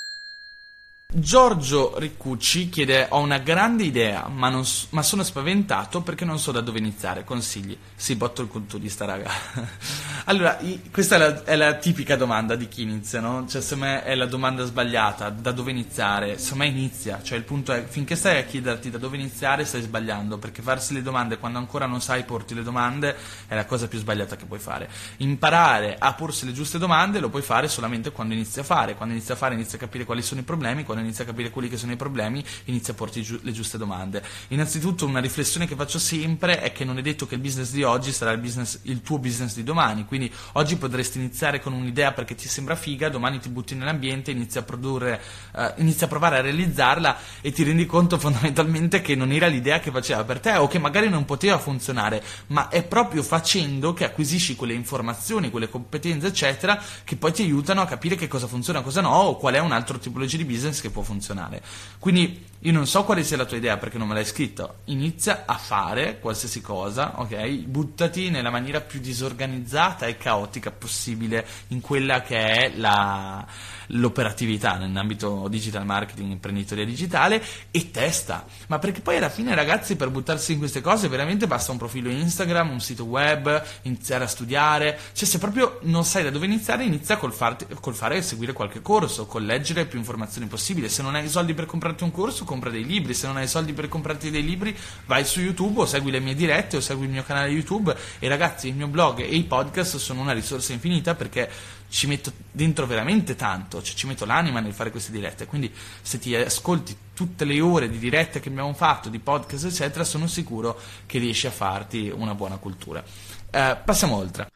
Giorgio Riccucci chiede: ho una grande idea ma, non so, ma sono spaventato perché non so da dove iniziare, consigli. Sì, botto il culturista, raga. Allora, i, questa è la, è la tipica domanda di chi inizia, no? Cioè, secondo me è la domanda sbagliata, da dove iniziare. Secondo me inizia, cioè il punto è, finché stai a chiederti da dove iniziare stai sbagliando, perché farsi le domande quando ancora non sai porti le domande è la cosa più sbagliata che puoi fare. Imparare a porsi le giuste domande lo puoi fare solamente quando inizi a fare, quando inizi a fare inizi a capire quali sono i problemi, quando inizi a capire quelli che sono i problemi, inizia a porti giu- le giuste domande. Innanzitutto, una riflessione che faccio sempre è che non è detto che il business di oggi sarà il, business, il tuo business di domani, quindi oggi potresti iniziare con un'idea perché ti sembra figa, domani ti butti nell'ambiente, inizi a produrre, uh, inizi a provare a realizzarla e ti rendi conto fondamentalmente che non era l'idea che faceva per te, o che magari non poteva funzionare, ma è proprio facendo che acquisisci quelle informazioni, quelle competenze eccetera, che poi ti aiutano a capire che cosa funziona, cosa no, o qual è un altro tipologia di business che può funzionare. Quindi io non so quale sia la tua idea perché non me l'hai scritto, inizia a fare qualsiasi cosa, ok? Buttati nella maniera più disorganizzata e caotica possibile in quella che è la, l'operatività nell'ambito digital marketing, imprenditoria digitale, e testa, ma perché poi alla fine, ragazzi, per buttarsi in queste cose veramente basta un profilo Instagram, un sito web, iniziare a studiare. Cioè, se proprio non sai da dove iniziare, inizia col, farti, col fare e seguire qualche corso, col leggere più informazioni possibile. Se non hai i soldi per comprarti un corso, compra dei libri. Se non hai i soldi per comprarti dei libri, vai su YouTube o segui le mie dirette o segui il mio canale YouTube. E ragazzi, il mio blog e i podcast sono una risorsa infinita perché ci metto dentro veramente tanto, cioè ci metto l'anima nel fare queste dirette, quindi se ti ascolti tutte le ore di dirette che abbiamo fatto, di podcast eccetera, sono sicuro che riesci a farti una buona cultura. Eh, passiamo oltre.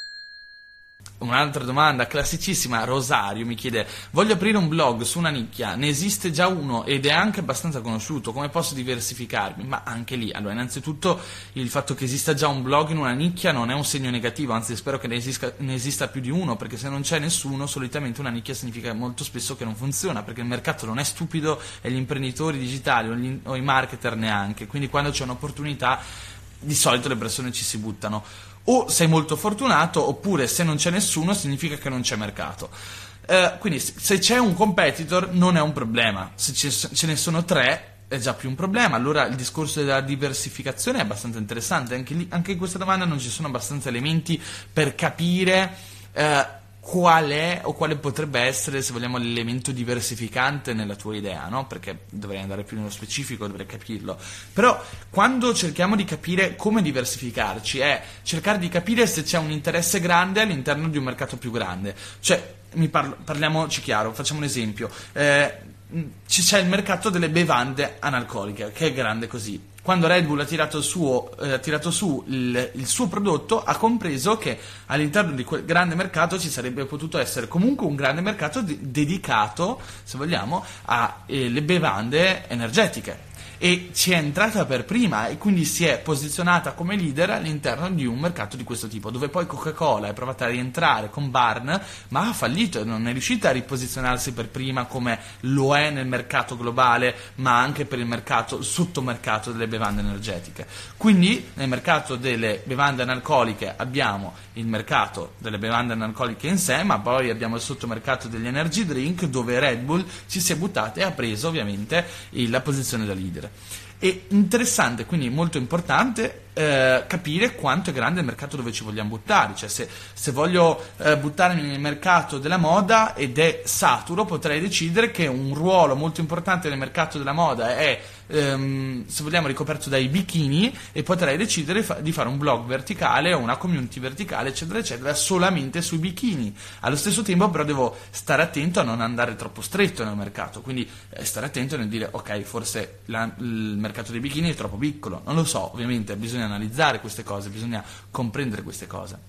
Un'altra domanda classicissima, Rosario mi chiede: voglio aprire un blog su una nicchia, ne esiste già uno ed è anche abbastanza conosciuto, come posso diversificarmi? Ma anche lì, allora, innanzitutto il fatto che esista già un blog in una nicchia non è un segno negativo, anzi spero che ne esista, ne esista più di uno, perché se non c'è nessuno, solitamente una nicchia significa molto spesso che non funziona, perché il mercato non è stupido e gli imprenditori digitali o, gli, o i marketer neanche, quindi quando c'è un'opportunità di solito le persone ci si buttano. O sei molto fortunato, oppure se non c'è nessuno significa che non c'è mercato. Eh, quindi se c'è un competitor non è un problema, se ce ne sono tre è già più un problema. Allora il discorso della diversificazione è abbastanza interessante, anche, lì, anche in questa domanda non ci sono abbastanza elementi per capire eh, qual è o quale potrebbe essere, se vogliamo, l'elemento diversificante nella tua idea, no? Perché dovrei andare più nello specifico, dovrei capirlo. Però quando cerchiamo di capire come diversificarci è cercare di capire se c'è un interesse grande all'interno di un mercato più grande. Cioè, mi parlo, parliamoci chiaro, facciamo un esempio. Eh, c'è il mercato delle bevande analcoliche, che è grande così. Quando Red Bull ha tirato, il suo, eh, ha tirato su il, il suo prodotto, ha compreso che all'interno di quel grande mercato ci sarebbe potuto essere comunque un grande mercato di, dedicato, se vogliamo, alle bevande energetiche. E ci è entrata per prima e quindi si è posizionata come leader all'interno di un mercato di questo tipo, dove poi Coca-Cola è provata a rientrare con Burn, ma ha fallito e non è riuscita a riposizionarsi per prima come lo è nel mercato globale, ma anche per il mercato, il sottomercato delle bevande energetiche. Quindi nel mercato delle bevande analcoliche abbiamo il mercato delle bevande analcoliche in sé, ma poi abbiamo il sottomercato degli energy drink, dove Red Bull ci si è buttata e ha preso ovviamente la posizione da leader. E interessante, quindi molto importante, eh, capire quanto è grande il mercato dove ci vogliamo buttare. Cioè se, se voglio eh, buttarmi nel mercato della moda ed è saturo, potrei decidere che un ruolo molto importante nel mercato della moda è, ehm, se vogliamo, ricoperto dai bikini, e potrei decidere fa- di fare un blog verticale o una community verticale, eccetera eccetera, solamente sui bikini. Allo stesso tempo però devo stare attento a non andare troppo stretto nel mercato, quindi eh, stare attento nel dire ok, forse la, il mercato dei bikini è troppo piccolo, non lo so, ovviamente bisogna analizzare queste cose, bisogna comprendere queste cose.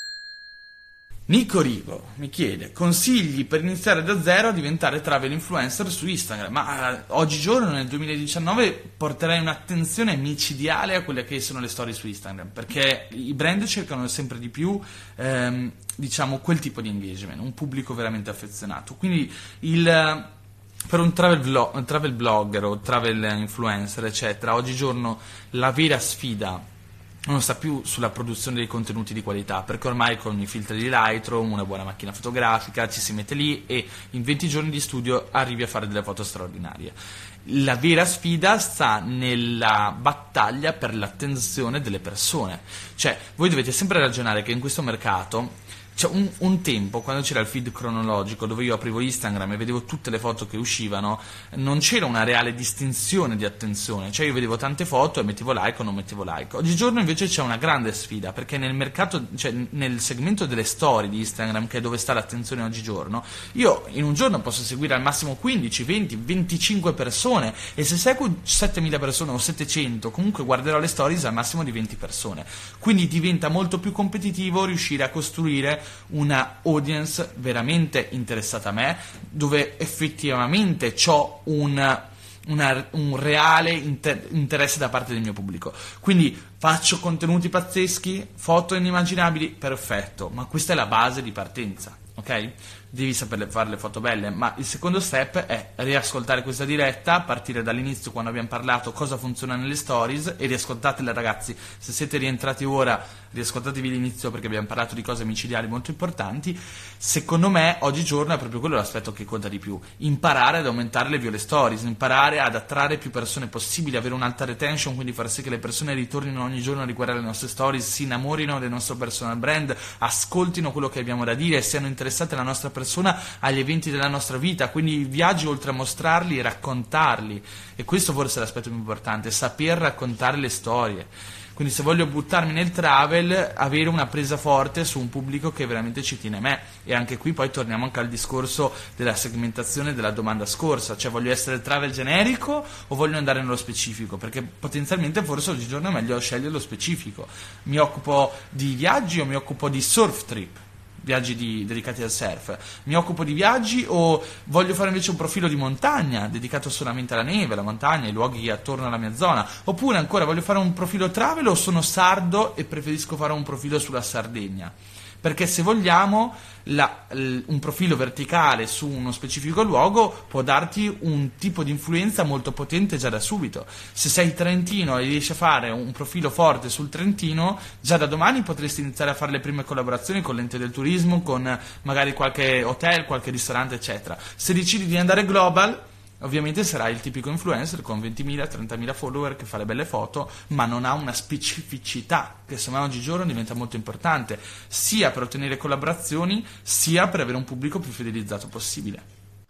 Nico Rivo mi chiede consigli per iniziare da zero a diventare travel influencer su Instagram. Ma eh, oggigiorno nel duemiladiciannove porterei un'attenzione micidiale a quelle che sono le storie su Instagram, perché i brand cercano sempre di più ehm, diciamo quel tipo di engagement, un pubblico veramente affezionato. Quindi il per un travel, vlog, un travel blogger o travel influencer eccetera, oggigiorno la vera sfida non sta più sulla produzione dei contenuti di qualità, perché ormai con i filtri di Lightroom, una buona macchina fotografica, ci si mette lì e in venti giorni di studio arrivi a fare delle foto straordinarie. La vera sfida sta nella battaglia per l'attenzione delle persone. Cioè, voi dovete sempre ragionare che in questo mercato, cioè un, un tempo, quando c'era il feed cronologico dove io aprivo Instagram e vedevo tutte le foto che uscivano, non c'era una reale distinzione di attenzione, cioè io vedevo tante foto e mettevo like o non mettevo like. Oggigiorno invece c'è una grande sfida, perché nel mercato, cioè nel segmento delle storie di Instagram, che è dove sta l'attenzione oggigiorno, io in un giorno posso seguire al massimo quindici, venti, venticinque persone, e se seguo settemila persone o settecento comunque guarderò le stories al massimo di venti persone. Quindi diventa molto più competitivo riuscire a costruire una audience veramente interessata a me, dove effettivamente ho un, una, un reale inter- interesse da parte del mio pubblico. Quindi faccio contenuti pazzeschi, foto inimmaginabili, perfetto, ma questa è la base di partenza, ok? Devi saperle fare le foto belle, ma il secondo step è riascoltare questa diretta, partire dall'inizio quando abbiamo parlato cosa funziona nelle stories, e riascoltatele ragazzi. Se siete rientrati ora, riascoltatevi l'inizio, perché abbiamo parlato di cose micidiali molto importanti. Secondo me oggigiorno è proprio quello l'aspetto che conta di più: imparare ad aumentare le view alle stories, imparare ad attrarre più persone possibili, avere un'alta retention, quindi far sì che le persone ritornino ogni giorno a riguardare le nostre stories, si innamorino del nostro personal brand, ascoltino quello che abbiamo da dire, siano interessate alla nostra persona, agli eventi della nostra vita. Quindi i viaggi, oltre a mostrarli, raccontarli, e questo forse è l'aspetto più importante: saper raccontare le storie. Quindi se voglio buttarmi nel travel, avere una presa forte su un pubblico che veramente ci tiene a me. E anche qui poi torniamo anche al discorso della segmentazione della domanda scorsa, cioè voglio essere travel generico o voglio andare nello specifico, perché potenzialmente forse oggigiorno è meglio scegliere lo specifico. Mi occupo di viaggi o mi occupo di surf trip, viaggi di, dedicati al surf? Mi occupo di viaggi o voglio fare invece un profilo di montagna dedicato solamente alla neve, alla montagna, ai luoghi attorno alla mia zona? Oppure ancora voglio fare un profilo travel o sono sardo e preferisco fare un profilo sulla Sardegna? Perché se vogliamo la, l, un profilo verticale su uno specifico luogo può darti un tipo di influenza molto potente già da subito. Se sei trentino e riesci a fare un profilo forte sul Trentino, già da domani potresti iniziare a fare le prime collaborazioni con l'ente del turismo, con magari qualche hotel, qualche ristorante eccetera. Se decidi di andare global, ovviamente sarai il tipico influencer con ventimila trentamila follower che fa le belle foto, ma non ha una specificità che secondo me oggigiorno diventa molto importante, sia per ottenere collaborazioni sia per avere un pubblico più fidelizzato possibile.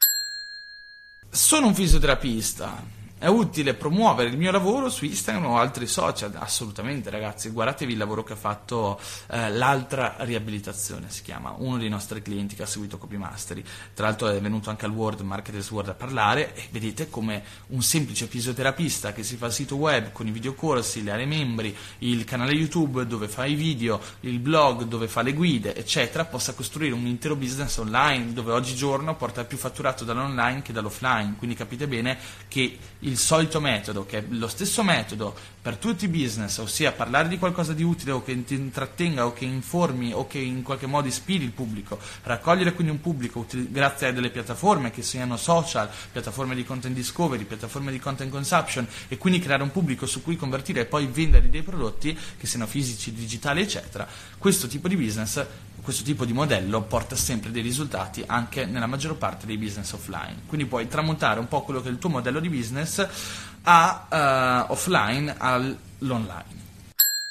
Sono un fisioterapista. È utile promuovere il mio lavoro su Instagram o altri social? Assolutamente ragazzi, guardatevi il lavoro che ha fatto eh, l'altra riabilitazione, si chiama, uno dei nostri clienti che ha seguito Copymastery. Tra l'altro è venuto anche al World Marketers World a parlare, e vedete come un semplice fisioterapista che si fa il sito web con i videocorsi, le aree membri, il canale YouTube dove fa i video, il blog dove fa le guide eccetera, possa costruire un intero business online, dove oggigiorno porta più fatturato dall'online che dall'offline. Quindi capite bene che il solito metodo, che è lo stesso metodo per tutti i business, ossia parlare di qualcosa di utile o che ti intrattenga o che informi o che in qualche modo ispiri il pubblico, raccogliere quindi un pubblico grazie a delle piattaforme che siano social, piattaforme di content discovery, piattaforme di content consumption, e quindi creare un pubblico su cui convertire e poi vendere dei prodotti che siano fisici, digitali eccetera. Questo tipo di business, questo tipo di modello porta sempre dei risultati anche nella maggior parte dei business offline. Quindi puoi tramutare un po' quello che è il tuo modello di business a uh, offline all'online.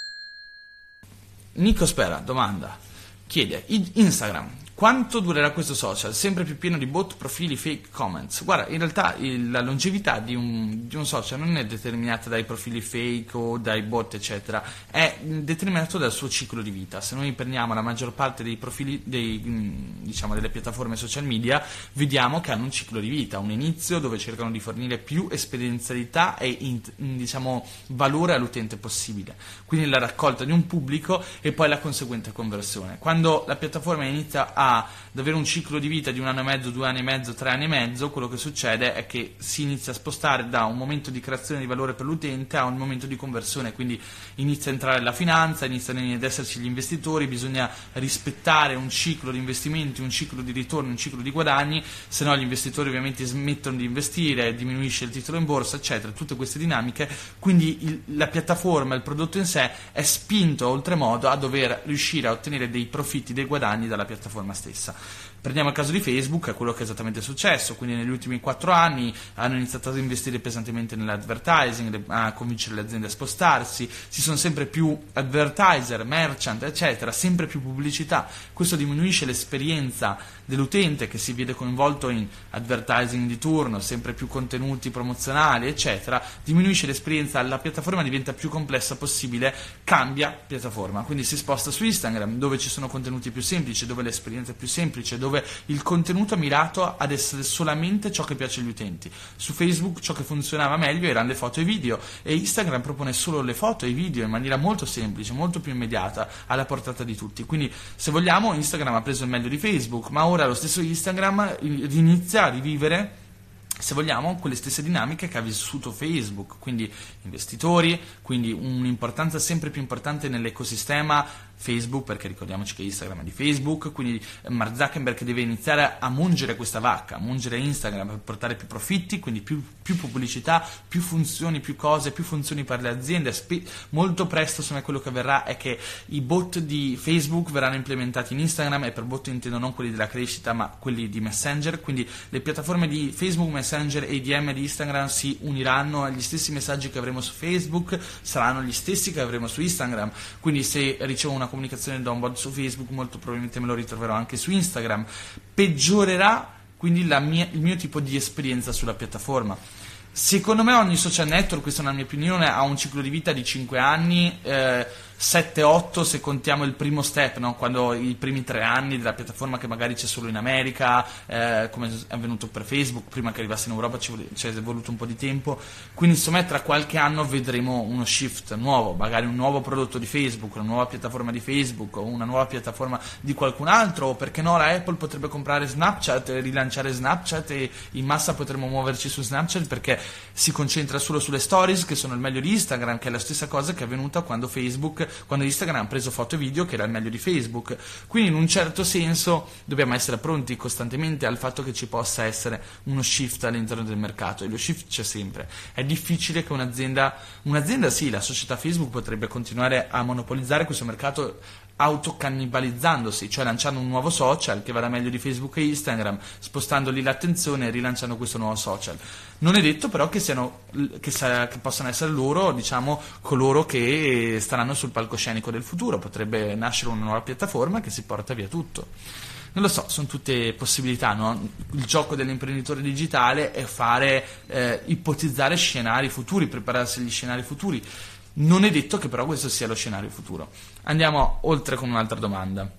Nico Spera, domanda, chiede, Instagram, quanto durerà questo social? Sempre più pieno di bot, profili, fake, comments. Guarda, in realtà il, la longevità di un, di un social non è determinata dai profili fake o dai bot, eccetera, è determinato dal suo ciclo di vita. Se noi prendiamo la maggior parte dei profili, dei, diciamo, delle piattaforme social media, vediamo che hanno un ciclo di vita, un inizio dove cercano di fornire più esperienzialità e in, diciamo, valore all'utente possibile. Quindi la raccolta di un pubblico e poi la conseguente conversione. Quando la piattaforma inizia a ad avere un ciclo di vita di un anno e mezzo, due anni e mezzo, tre anni e mezzo, quello che succede è che si inizia a spostare da un momento di creazione di valore per l'utente a un momento di conversione, quindi inizia a entrare la finanza, iniziano ad esserci gli investitori, bisogna rispettare un ciclo di investimenti, un ciclo di ritorno, un ciclo di guadagni, se no gli investitori ovviamente smettono di investire, diminuisce il titolo in borsa, eccetera, tutte queste dinamiche, quindi il, la piattaforma, il prodotto in sé è spinto oltremodo a dover riuscire a ottenere dei profitti, dei guadagni dalla piattaforma stessa. Prendiamo il caso di Facebook, è quello che è esattamente successo, quindi negli ultimi quattro anni hanno iniziato ad investire pesantemente nell'advertising, a convincere le aziende a spostarsi, ci sono sempre più advertiser, merchant, eccetera, sempre più pubblicità, questo diminuisce l'esperienza dell'utente che si vede coinvolto in advertising di turno, sempre più contenuti promozionali, eccetera, diminuisce l'esperienza, la piattaforma diventa più complessa possibile, cambia piattaforma, quindi si sposta su Instagram dove ci sono contenuti più semplici, dove l'esperienza è più semplice, dove il contenuto è mirato ad essere solamente ciò che piace agli utenti. Su Facebook ciò che funzionava meglio erano le foto e i video e Instagram propone solo le foto e i video in maniera molto semplice, molto più immediata, alla portata di tutti. Quindi se vogliamo Instagram ha preso il meglio di Facebook, ma ora lo stesso Instagram inizia a rivivere, se vogliamo, quelle stesse dinamiche che ha vissuto Facebook, quindi investitori, quindi un'importanza sempre più importante nell'ecosistema Facebook, perché ricordiamoci che Instagram è di Facebook, quindi Mark Zuckerberg deve iniziare a mungere questa vacca, a mungere Instagram per portare più profitti, quindi più, più pubblicità, più funzioni, più cose, più funzioni per le aziende. Spe- molto presto, secondo me, quello che avverrà è che i bot di Facebook verranno implementati in Instagram, e per bot intendo non quelli della crescita ma quelli di Messenger, quindi le piattaforme di Facebook, Messenger e i D M di Instagram si uniranno, agli stessi messaggi che avremo su Facebook saranno gli stessi che avremo su Instagram, quindi se ricevo una comunicazione da un bot su Facebook molto probabilmente me lo ritroverò anche su Instagram. Peggiorerà quindi la mia, il mio tipo di esperienza sulla piattaforma. Secondo me ogni social network, questa è una mia opinione, ha un ciclo di vita di cinque anni, eh, sette otto se contiamo il primo step, no? Quando i primi tre anni della piattaforma, che magari c'è solo in America, eh, come è avvenuto per Facebook, prima che arrivasse in Europa ci è voluto un po' di tempo, quindi insomma tra qualche anno vedremo uno shift nuovo, magari un nuovo prodotto di Facebook, una nuova piattaforma di Facebook o una nuova piattaforma di qualcun altro, o perché no la Apple potrebbe comprare Snapchat, rilanciare Snapchat e in massa potremo muoverci su Snapchat perché si concentra solo sulle stories, che sono il meglio di Instagram, che è la stessa cosa che è avvenuta quando Facebook quando Instagram ha preso foto e video, che era il meglio di Facebook. Quindi in un certo senso dobbiamo essere pronti costantemente al fatto che ci possa essere uno shift all'interno del mercato, e lo shift c'è sempre. È difficile che un'azienda un'azienda sì, la società Facebook potrebbe continuare a monopolizzare questo mercato autocannibalizzandosi, cioè lanciando un nuovo social che vada meglio di Facebook e Instagram, spostandoli l'attenzione e rilanciando questo nuovo social. Non è detto però che siano che, sa, che possano essere loro, diciamo, coloro che staranno sul palcoscenico del futuro. Potrebbe nascere una nuova piattaforma che si porta via tutto. Non lo so, sono tutte possibilità, no? Il gioco dell'imprenditore digitale è fare eh, ipotizzare scenari futuri, prepararsi agli scenari futuri. Non è detto che però questo sia lo scenario futuro. Andiamo oltre con un'altra domanda.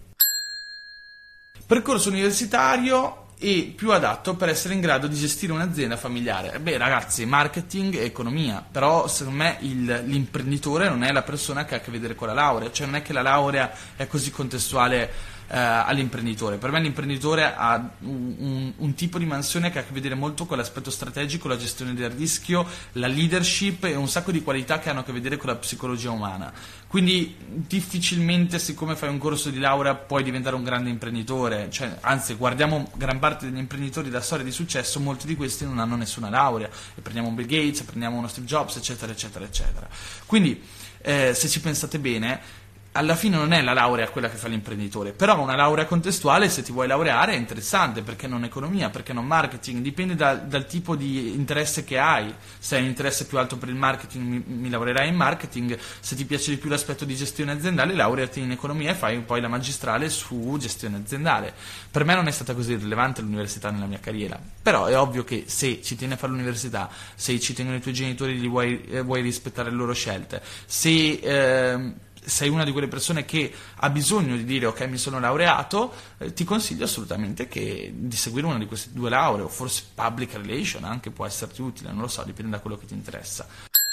Percorso universitario e più adatto per essere in grado di gestire un'azienda familiare? Beh ragazzi, marketing e economia, però secondo me il, l'imprenditore non è la persona che ha a che vedere con la laurea, cioè non è che la laurea è così contestuale eh, all'imprenditore. Per me l'imprenditore ha un, un, un tipo di mansione che ha a che vedere molto con l'aspetto strategico, la gestione del rischio, la leadership e un sacco di qualità che hanno a che vedere con la psicologia umana. Quindi difficilmente, siccome fai un corso di laurea, puoi diventare un grande imprenditore, cioè, anzi guardiamo gran parte degli imprenditori da storia di successo, molti di questi non hanno nessuna laurea, e prendiamo un Bill Gates, prendiamo uno Steve Jobs, eccetera eccetera eccetera. Quindi eh, se ci pensate bene, alla fine non è la laurea quella che fa l'imprenditore, però una laurea contestuale, se ti vuoi laureare, è interessante, perché non economia, perché non marketing, dipende da, dal tipo di interesse che hai. Se hai un interesse più alto per il marketing, mi, mi laureerai in marketing. Se ti piace di più l'aspetto di gestione aziendale, laureati in economia e fai poi la magistrale su gestione aziendale. Per me non è stata così rilevante l'università nella mia carriera, però è ovvio che se ci tieni a fare l'università, se ci tengono i tuoi genitori, li vuoi, eh, vuoi rispettare le loro scelte, se eh, sei una di quelle persone che ha bisogno di dire ok, mi sono laureato, eh, ti consiglio assolutamente che di seguire una di queste due lauree, o forse public relation anche può esserti utile, non lo so, dipende da quello che ti interessa.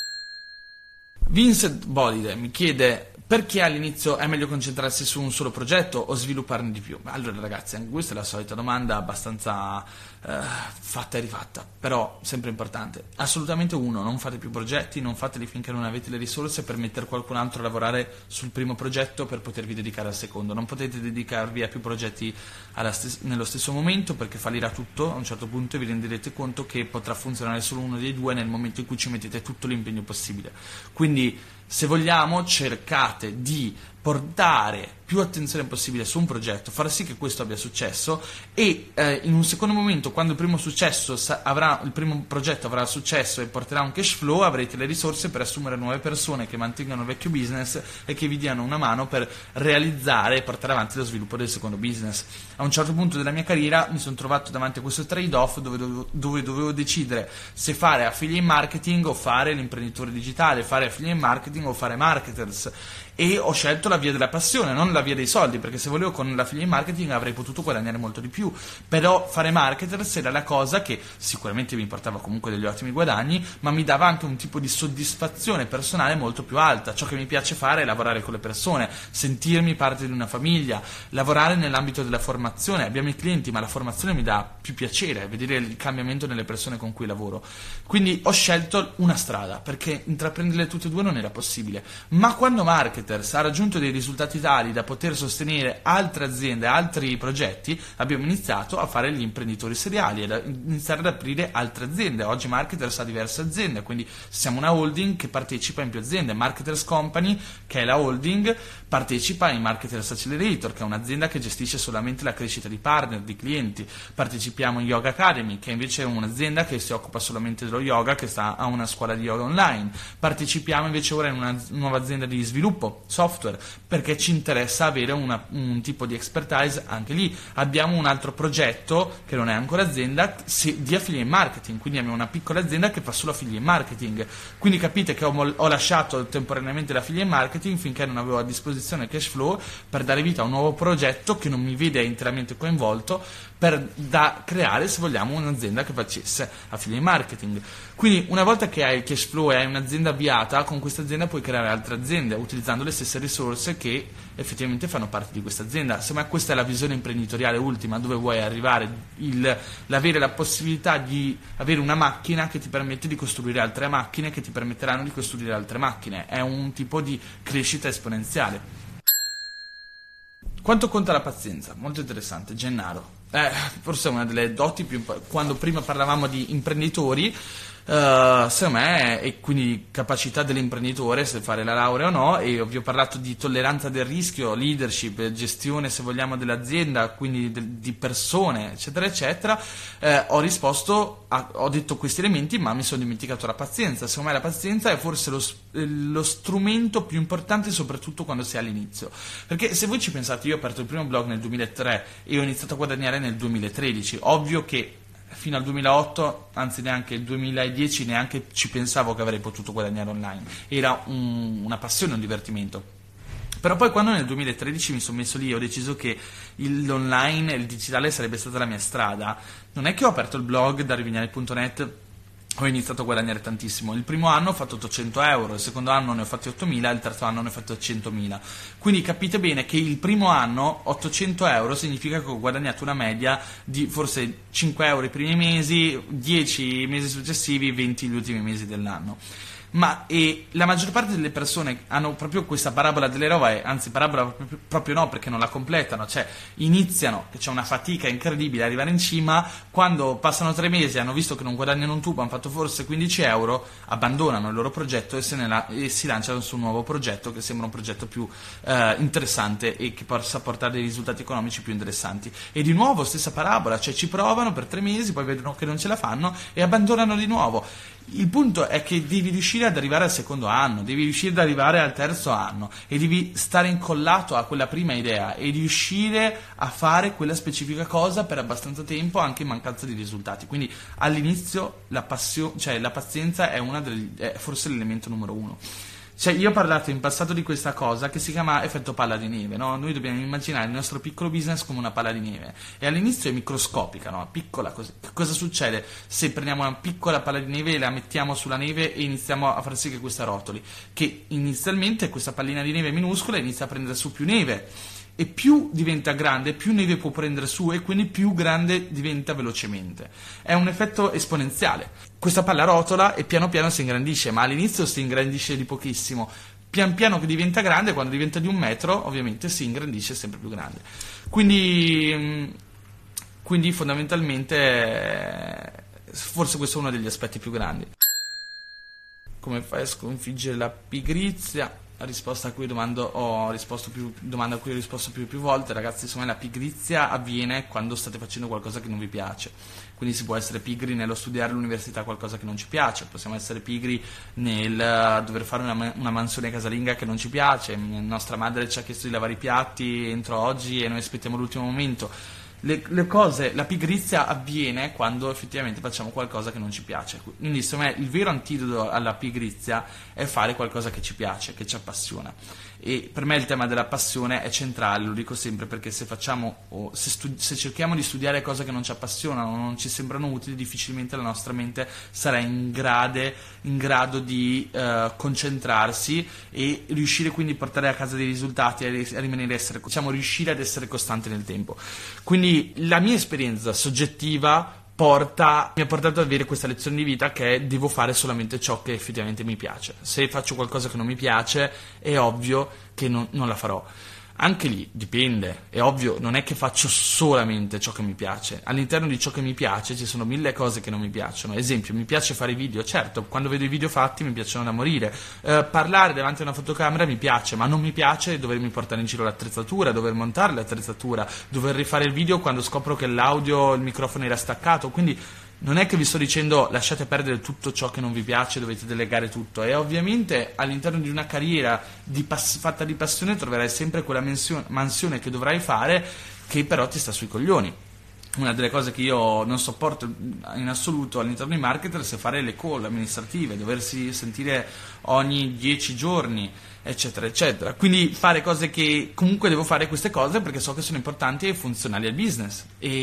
Vincent Bolide mi chiede: perché all'inizio è meglio concentrarsi su un solo progetto o svilupparne di più? Allora ragazzi, anche questa è la solita domanda abbastanza eh, fatta e rifatta, però sempre importante. Assolutamente uno, non fate più progetti, non fateli finché non avete le risorse per mettere qualcun altro a lavorare sul primo progetto per potervi dedicare al secondo. Non potete dedicarvi a più progetti alla stes- nello stesso momento, perché fallirà tutto a un certo punto e vi renderete conto che potrà funzionare solo uno dei due nel momento in cui ci mettete tutto l'impegno possibile. Quindi, se vogliamo, cercate di portare più attenzione possibile su un progetto, far sì che questo abbia successo e eh, in un secondo momento, quando il primo successo sa- avrà, il primo progetto avrà successo e porterà un cash flow, avrete le risorse per assumere nuove persone che mantengano il vecchio business e che vi diano una mano per realizzare e portare avanti lo sviluppo del secondo business. A un certo punto della mia carriera mi sono trovato davanti a questo trade-off dove dovevo, dove dovevo decidere se fare affiliate marketing o fare l'imprenditore digitale, fare affiliate marketing o fare marketers, e ho scelto la via della passione, non la via dei soldi, perché se volevo con l'affiliate marketing avrei potuto guadagnare molto di più, però fare marketers era la cosa che sicuramente mi portava comunque degli ottimi guadagni, ma mi dava anche un tipo di soddisfazione personale molto più alta. Ciò che mi piace fare è lavorare con le persone, sentirmi parte di una famiglia, lavorare nell'ambito della formazione. Abbiamo i clienti, ma la formazione mi dà più piacere, vedere il cambiamento nelle persone con cui lavoro. Quindi ho scelto una strada, perché intraprenderle tutte e due non era possibile. Ma quando marketer ha raggiunto dei risultati tali da poter sostenere altre aziende, altri progetti, abbiamo iniziato a fare gli imprenditori seriali e a iniziare ad aprire altre aziende. Oggi Marketers ha diverse aziende, quindi siamo una holding che partecipa in più aziende. Marketers Company, che è la holding, partecipa in Marketers Accelerator, che è un'azienda che gestisce solamente la crescita di partner, di clienti. Partecipiamo in Yoga Academy, che invece è un'azienda che si occupa solamente dello yoga, che sta a una scuola di yoga online. Partecipiamo invece ora in una nuova azienda di sviluppo software, perché ci interessa avere una, un tipo di expertise anche lì. Abbiamo un altro progetto che non è ancora azienda, se, di affiliate marketing, quindi abbiamo una piccola azienda che fa solo affiliate marketing. Quindi capite che ho, ho lasciato temporaneamente l'affiliate marketing finché non avevo a disposizione cash flow per dare vita a un nuovo progetto che non mi vede interamente coinvolto, per da creare, se vogliamo, un'azienda che facesse affiliate marketing. Quindi una volta che hai il cash flow e hai un'azienda avviata, con questa azienda puoi creare altre aziende utilizzando le stesse risorse che effettivamente fanno parte di questa azienda. Insomma, questa è la visione imprenditoriale ultima, dove vuoi arrivare, il, l'avere la possibilità di avere una macchina che ti permette di costruire altre macchine che ti permetteranno di costruire altre macchine. È un tipo di crescita esponenziale. Quanto conta la pazienza? Molto interessante. Gennaro, eh, forse è una delle doti più importanti. Quando prima parlavamo di imprenditori, Uh, secondo me, e quindi capacità dell'imprenditore, se fare la laurea o no, e vi ho parlato di tolleranza del rischio, leadership, gestione, se vogliamo, dell'azienda, quindi de- di persone, eccetera eccetera. eh, ho risposto a, ho detto questi elementi, ma mi sono dimenticato la pazienza. Secondo me la pazienza è forse lo, lo strumento più importante, soprattutto quando si è all'inizio, perché se voi ci pensate, io ho aperto il primo blog nel duemilatré e ho iniziato a guadagnare nel duemilatredici. Ovvio che fino al duemilaotto, anzi neanche il duemiladieci, neanche ci pensavo che avrei potuto guadagnare online. Era un, una passione, un divertimento. Però poi quando nel duemilatredici mi sono messo lì e ho deciso che il, l'online e il digitale sarebbe stata la mia strada, non è che ho aperto il blog da rivignale punto net, ho iniziato a guadagnare tantissimo. Il primo anno ho fatto ottocento euro, il secondo anno ne ho fatti ottomila, il terzo anno ne ho fatti centomila. Quindi capite bene che il primo anno ottocento euro significa che ho guadagnato una media di forse cinque euro i primi mesi, dieci i mesi successivi, venti gli ultimi mesi dell'anno. Ma e la maggior parte delle persone hanno proprio questa parabola dell'eroe, anzi parabola proprio, proprio no, perché non la completano, cioè iniziano, che c'è una fatica incredibile arrivare in cima, quando passano tre mesi e hanno visto che non guadagnano un tubo, hanno fatto forse quindici euro, abbandonano il loro progetto e, se ne la, e si lanciano su un nuovo progetto che sembra un progetto più eh, interessante e che possa portare dei risultati economici più interessanti. E di nuovo stessa parabola, cioè ci provano per tre mesi, poi vedono che non ce la fanno e abbandonano di nuovo. Il punto è che devi riuscire ad arrivare al secondo anno, devi riuscire ad arrivare al terzo anno e devi stare incollato a quella prima idea e riuscire a fare quella specifica cosa per abbastanza tempo, anche in mancanza di risultati. Quindi all'inizio la passio- cioè la pazienza è una delle, è forse l'elemento numero uno. Cioè, io ho parlato in passato di questa cosa che si chiama effetto palla di neve, no? Noi dobbiamo immaginare il nostro piccolo business come una palla di neve e all'inizio è microscopica, no? Piccola così. Cosa succede se prendiamo una piccola palla di neve e la mettiamo sulla neve e iniziamo a far sì che questa rotoli? Che inizialmente questa pallina di neve minuscola inizia a prendere su più neve e più diventa grande, più neve può prendere su e quindi più grande diventa velocemente. È un effetto esponenziale. Questa palla rotola e piano piano si ingrandisce, ma all'inizio si ingrandisce di pochissimo. Pian piano che diventa grande, quando diventa di un metro, ovviamente si ingrandisce sempre più grande. Quindi, quindi fondamentalmente, forse questo è uno degli aspetti più grandi. Come fai a sconfiggere la pigrizia? La risposta a cui domando, ho risposto più, domanda a cui ho risposto più e più volte, ragazzi, secondo me la pigrizia avviene quando state facendo qualcosa che non vi piace. Quindi si può essere pigri nello studiare all'università qualcosa che non ci piace, possiamo essere pigri nel dover fare una, una mansione casalinga che non ci piace, nostra madre ci ha chiesto di lavare i piatti entro oggi e noi aspettiamo l'ultimo momento. Le, le cose, la pigrizia avviene quando effettivamente facciamo qualcosa che non ci piace. Quindi secondo me il vero antidoto alla pigrizia è fare qualcosa che ci piace, che ci appassiona. E per me il tema della passione è centrale, lo dico sempre, perché se facciamo o se, stu- se cerchiamo di studiare cose che non ci appassionano, non ci sembrano utili, difficilmente la nostra mente sarà in, grade, in grado di uh, concentrarsi e riuscire quindi a portare a casa dei risultati e a rimanere essere, diciamo, riuscire ad essere costanti nel tempo. Quindi la mia esperienza soggettiva Porta, mi ha portato ad avere questa lezione di vita che è: devo fare solamente ciò che effettivamente mi piace. Se faccio qualcosa che non mi piace è ovvio che non, non la farò. Anche lì dipende, è ovvio, non è che faccio solamente ciò che mi piace. All'interno di ciò che mi piace ci sono mille cose che non mi piacciono. Esempio, mi piace fare video, certo, quando vedo i video fatti mi piacciono da morire. Eh, parlare davanti a una fotocamera mi piace, ma non mi piace dovermi portare in giro l'attrezzatura, dover montare l'attrezzatura, dover rifare il video quando scopro che l'audio, il microfono era staccato. Quindi non è che vi sto dicendo lasciate perdere tutto ciò che non vi piace, dovete delegare tutto, e ovviamente all'interno di una carriera di pass- fatta di passione troverai sempre quella mensione, mansione che dovrai fare che però ti sta sui coglioni. Una delle cose che io non sopporto in assoluto all'interno di marketers è fare le call amministrative, doversi sentire ogni dieci giorni, eccetera eccetera. Quindi fare cose che comunque devo fare queste cose perché so che sono importanti e funzionali al business,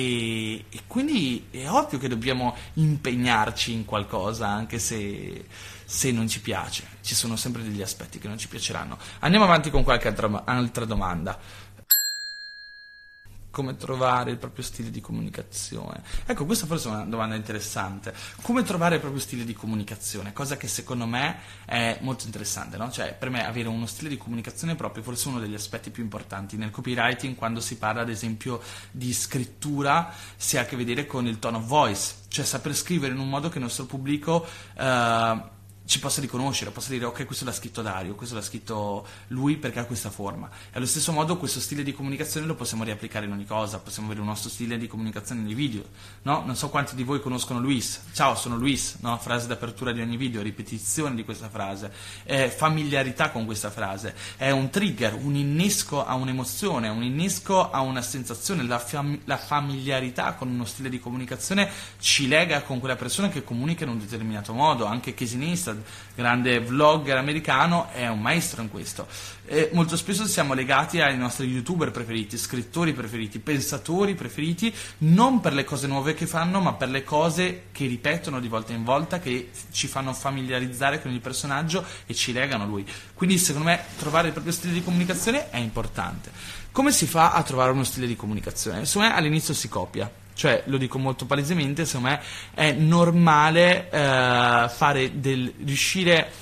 e, e quindi è ovvio che dobbiamo impegnarci in qualcosa anche se, se non ci piace. Ci sono sempre degli aspetti che non ci piaceranno. Andiamo avanti con qualche altra, altra domanda. Come trovare il proprio stile di comunicazione? Ecco, questa forse è una domanda interessante. Come trovare il proprio stile di comunicazione? Cosa che secondo me è molto interessante, no? Cioè, per me avere uno stile di comunicazione proprio è forse uno degli aspetti più importanti. Nel copywriting, quando si parla ad esempio di scrittura, si ha a che vedere con il tone of voice, cioè saper scrivere in un modo che il nostro pubblico uh, ci possa riconoscere, possa dire ok, questo l'ha scritto Dario, questo l'ha scritto lui perché ha questa forma. E allo stesso modo questo stile di comunicazione lo possiamo riapplicare in ogni cosa. Possiamo avere un nostro stile di comunicazione nei video, no? Non so quanti di voi conoscono Luis. Ciao, sono Luis, no? Frase d'apertura di ogni video, ripetizione di questa frase, eh, familiarità con questa frase, è un trigger, un innesco a un'emozione, un innesco a una sensazione. La, fam- la familiarità con uno stile di comunicazione ci lega con quella persona che comunica in un determinato modo. Anche Casey Neistat, grande vlogger americano, è un maestro in questo. E molto spesso siamo legati ai nostri youtuber preferiti, scrittori preferiti, pensatori preferiti, non per le cose nuove che fanno, ma per le cose che ripetono di volta in volta, che ci fanno familiarizzare con il personaggio e ci legano a lui. Quindi secondo me trovare il proprio stile di comunicazione è importante. Come si fa a trovare uno stile di comunicazione? Secondo me all'inizio si copia. Cioè, lo dico molto palesemente, secondo me è normale eh, fare del riuscire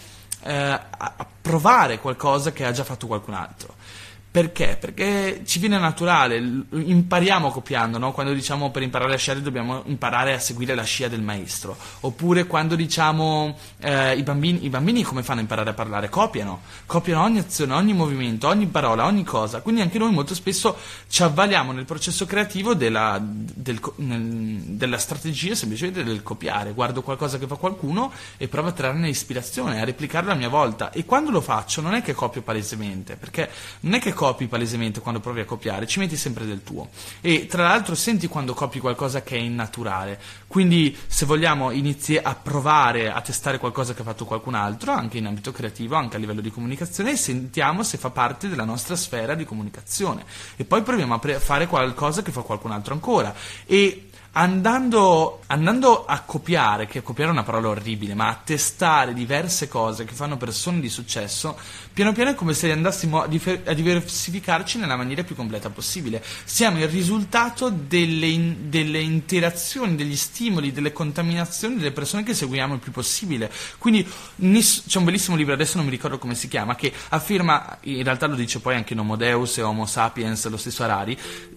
eh, a, a provare qualcosa che ha già fatto qualcun altro. Perché? Perché ci viene naturale, impariamo copiando, no? Quando diciamo per imparare a sciare dobbiamo imparare a seguire la scia del maestro, oppure quando diciamo eh, i bambini, i bambini come fanno a imparare a parlare? Copiano, copiano ogni azione, ogni movimento, ogni parola, ogni cosa, quindi anche noi molto spesso ci avvaliamo nel processo creativo della, del, nel, della strategia semplicemente del copiare, guardo qualcosa che fa qualcuno e provo a trarne ispirazione, a replicarlo a mia volta, e quando lo faccio non è che copio palesemente, perché non è che copi palesemente quando provi a copiare, ci metti sempre del tuo, e tra l'altro senti quando copi qualcosa che è innaturale, quindi se vogliamo inizi a provare a testare qualcosa che ha fatto qualcun altro, anche in ambito creativo, anche a livello di comunicazione, e sentiamo se fa parte della nostra sfera di comunicazione, e poi proviamo a pre- fare qualcosa che fa qualcun altro ancora, e Andando, andando a copiare, che copiare è una parola orribile, ma a testare diverse cose che fanno persone di successo, piano piano è come se andassimo a, difer- a diversificarci nella maniera più completa possibile. Siamo il risultato delle, in- delle interazioni, degli stimoli, delle contaminazioni delle persone che seguiamo il più possibile. Quindi nis- c'è un bellissimo libro, adesso non mi ricordo come si chiama, che afferma, in realtà lo dice poi anche in Homo Deus e Homo Sapiens, lo stesso Harari,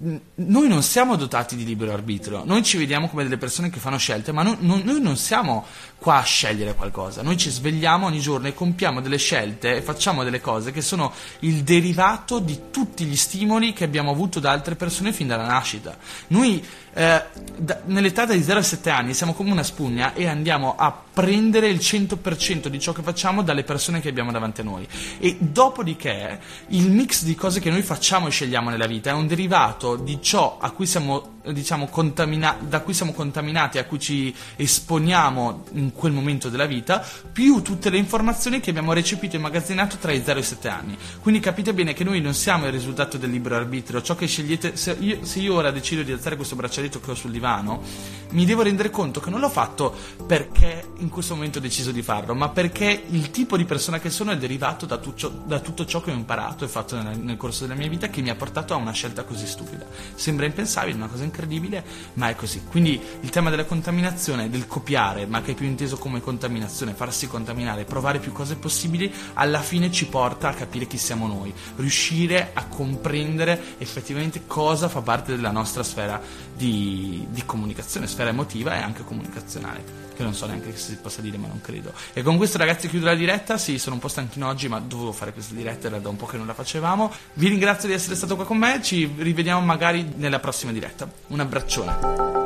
noi non siamo dotati di libero arbitrio, noi ci vediamo come delle persone che fanno scelte, ma no, no, noi non siamo qua a scegliere qualcosa, noi ci svegliamo ogni giorno e compiamo delle scelte e facciamo delle cose che sono il derivato di tutti gli stimoli che abbiamo avuto da altre persone fin dalla nascita. Noi eh, da, nell'età dai zero ai sette anni siamo come una spugna e andiamo a prendere il cento per cento di ciò che facciamo dalle persone che abbiamo davanti a noi, e dopodiché il mix di cose che noi facciamo e scegliamo nella vita è un derivato di ciò a cui siamo, diciamo, contamina- da cui siamo contaminati, a cui ci esponiamo in quel momento della vita, più tutte le informazioni che abbiamo recepito e immagazzinato tra i zero e i sette anni. Quindi capite bene che noi non siamo il risultato del libero arbitrio. Ciò che scegliete, se io, se io ora decido di alzare questo braccialetto che ho sul divano, mi devo rendere conto che non l'ho fatto perché in questo momento ho deciso di farlo, ma perché il tipo di persona che sono è derivato da, tu ciò, da tutto ciò che ho imparato e fatto nel, nel corso della mia vita, che mi ha portato a una scelta così stupida. Sembra impensabile, una cosa incredibile, ma è così. Quindi il tema della contaminazione, del copiare, ma che è più inteso come contaminazione, farsi contaminare, provare più cose possibili, alla fine ci porta a capire chi siamo noi, riuscire a comprendere effettivamente cosa fa parte della nostra sfera di, di comunicazione, sfera emotiva e anche comunicazionale, che non so neanche se si possa dire, ma non credo. E con questo, ragazzi, chiudo la diretta. Sì, sono un po' stanchino oggi, ma dovevo fare questa diretta, era da un po' che non la facevamo. Vi ringrazio di essere stato qua con me, ci rivediamo magari nella prossima diretta. Un abbraccione.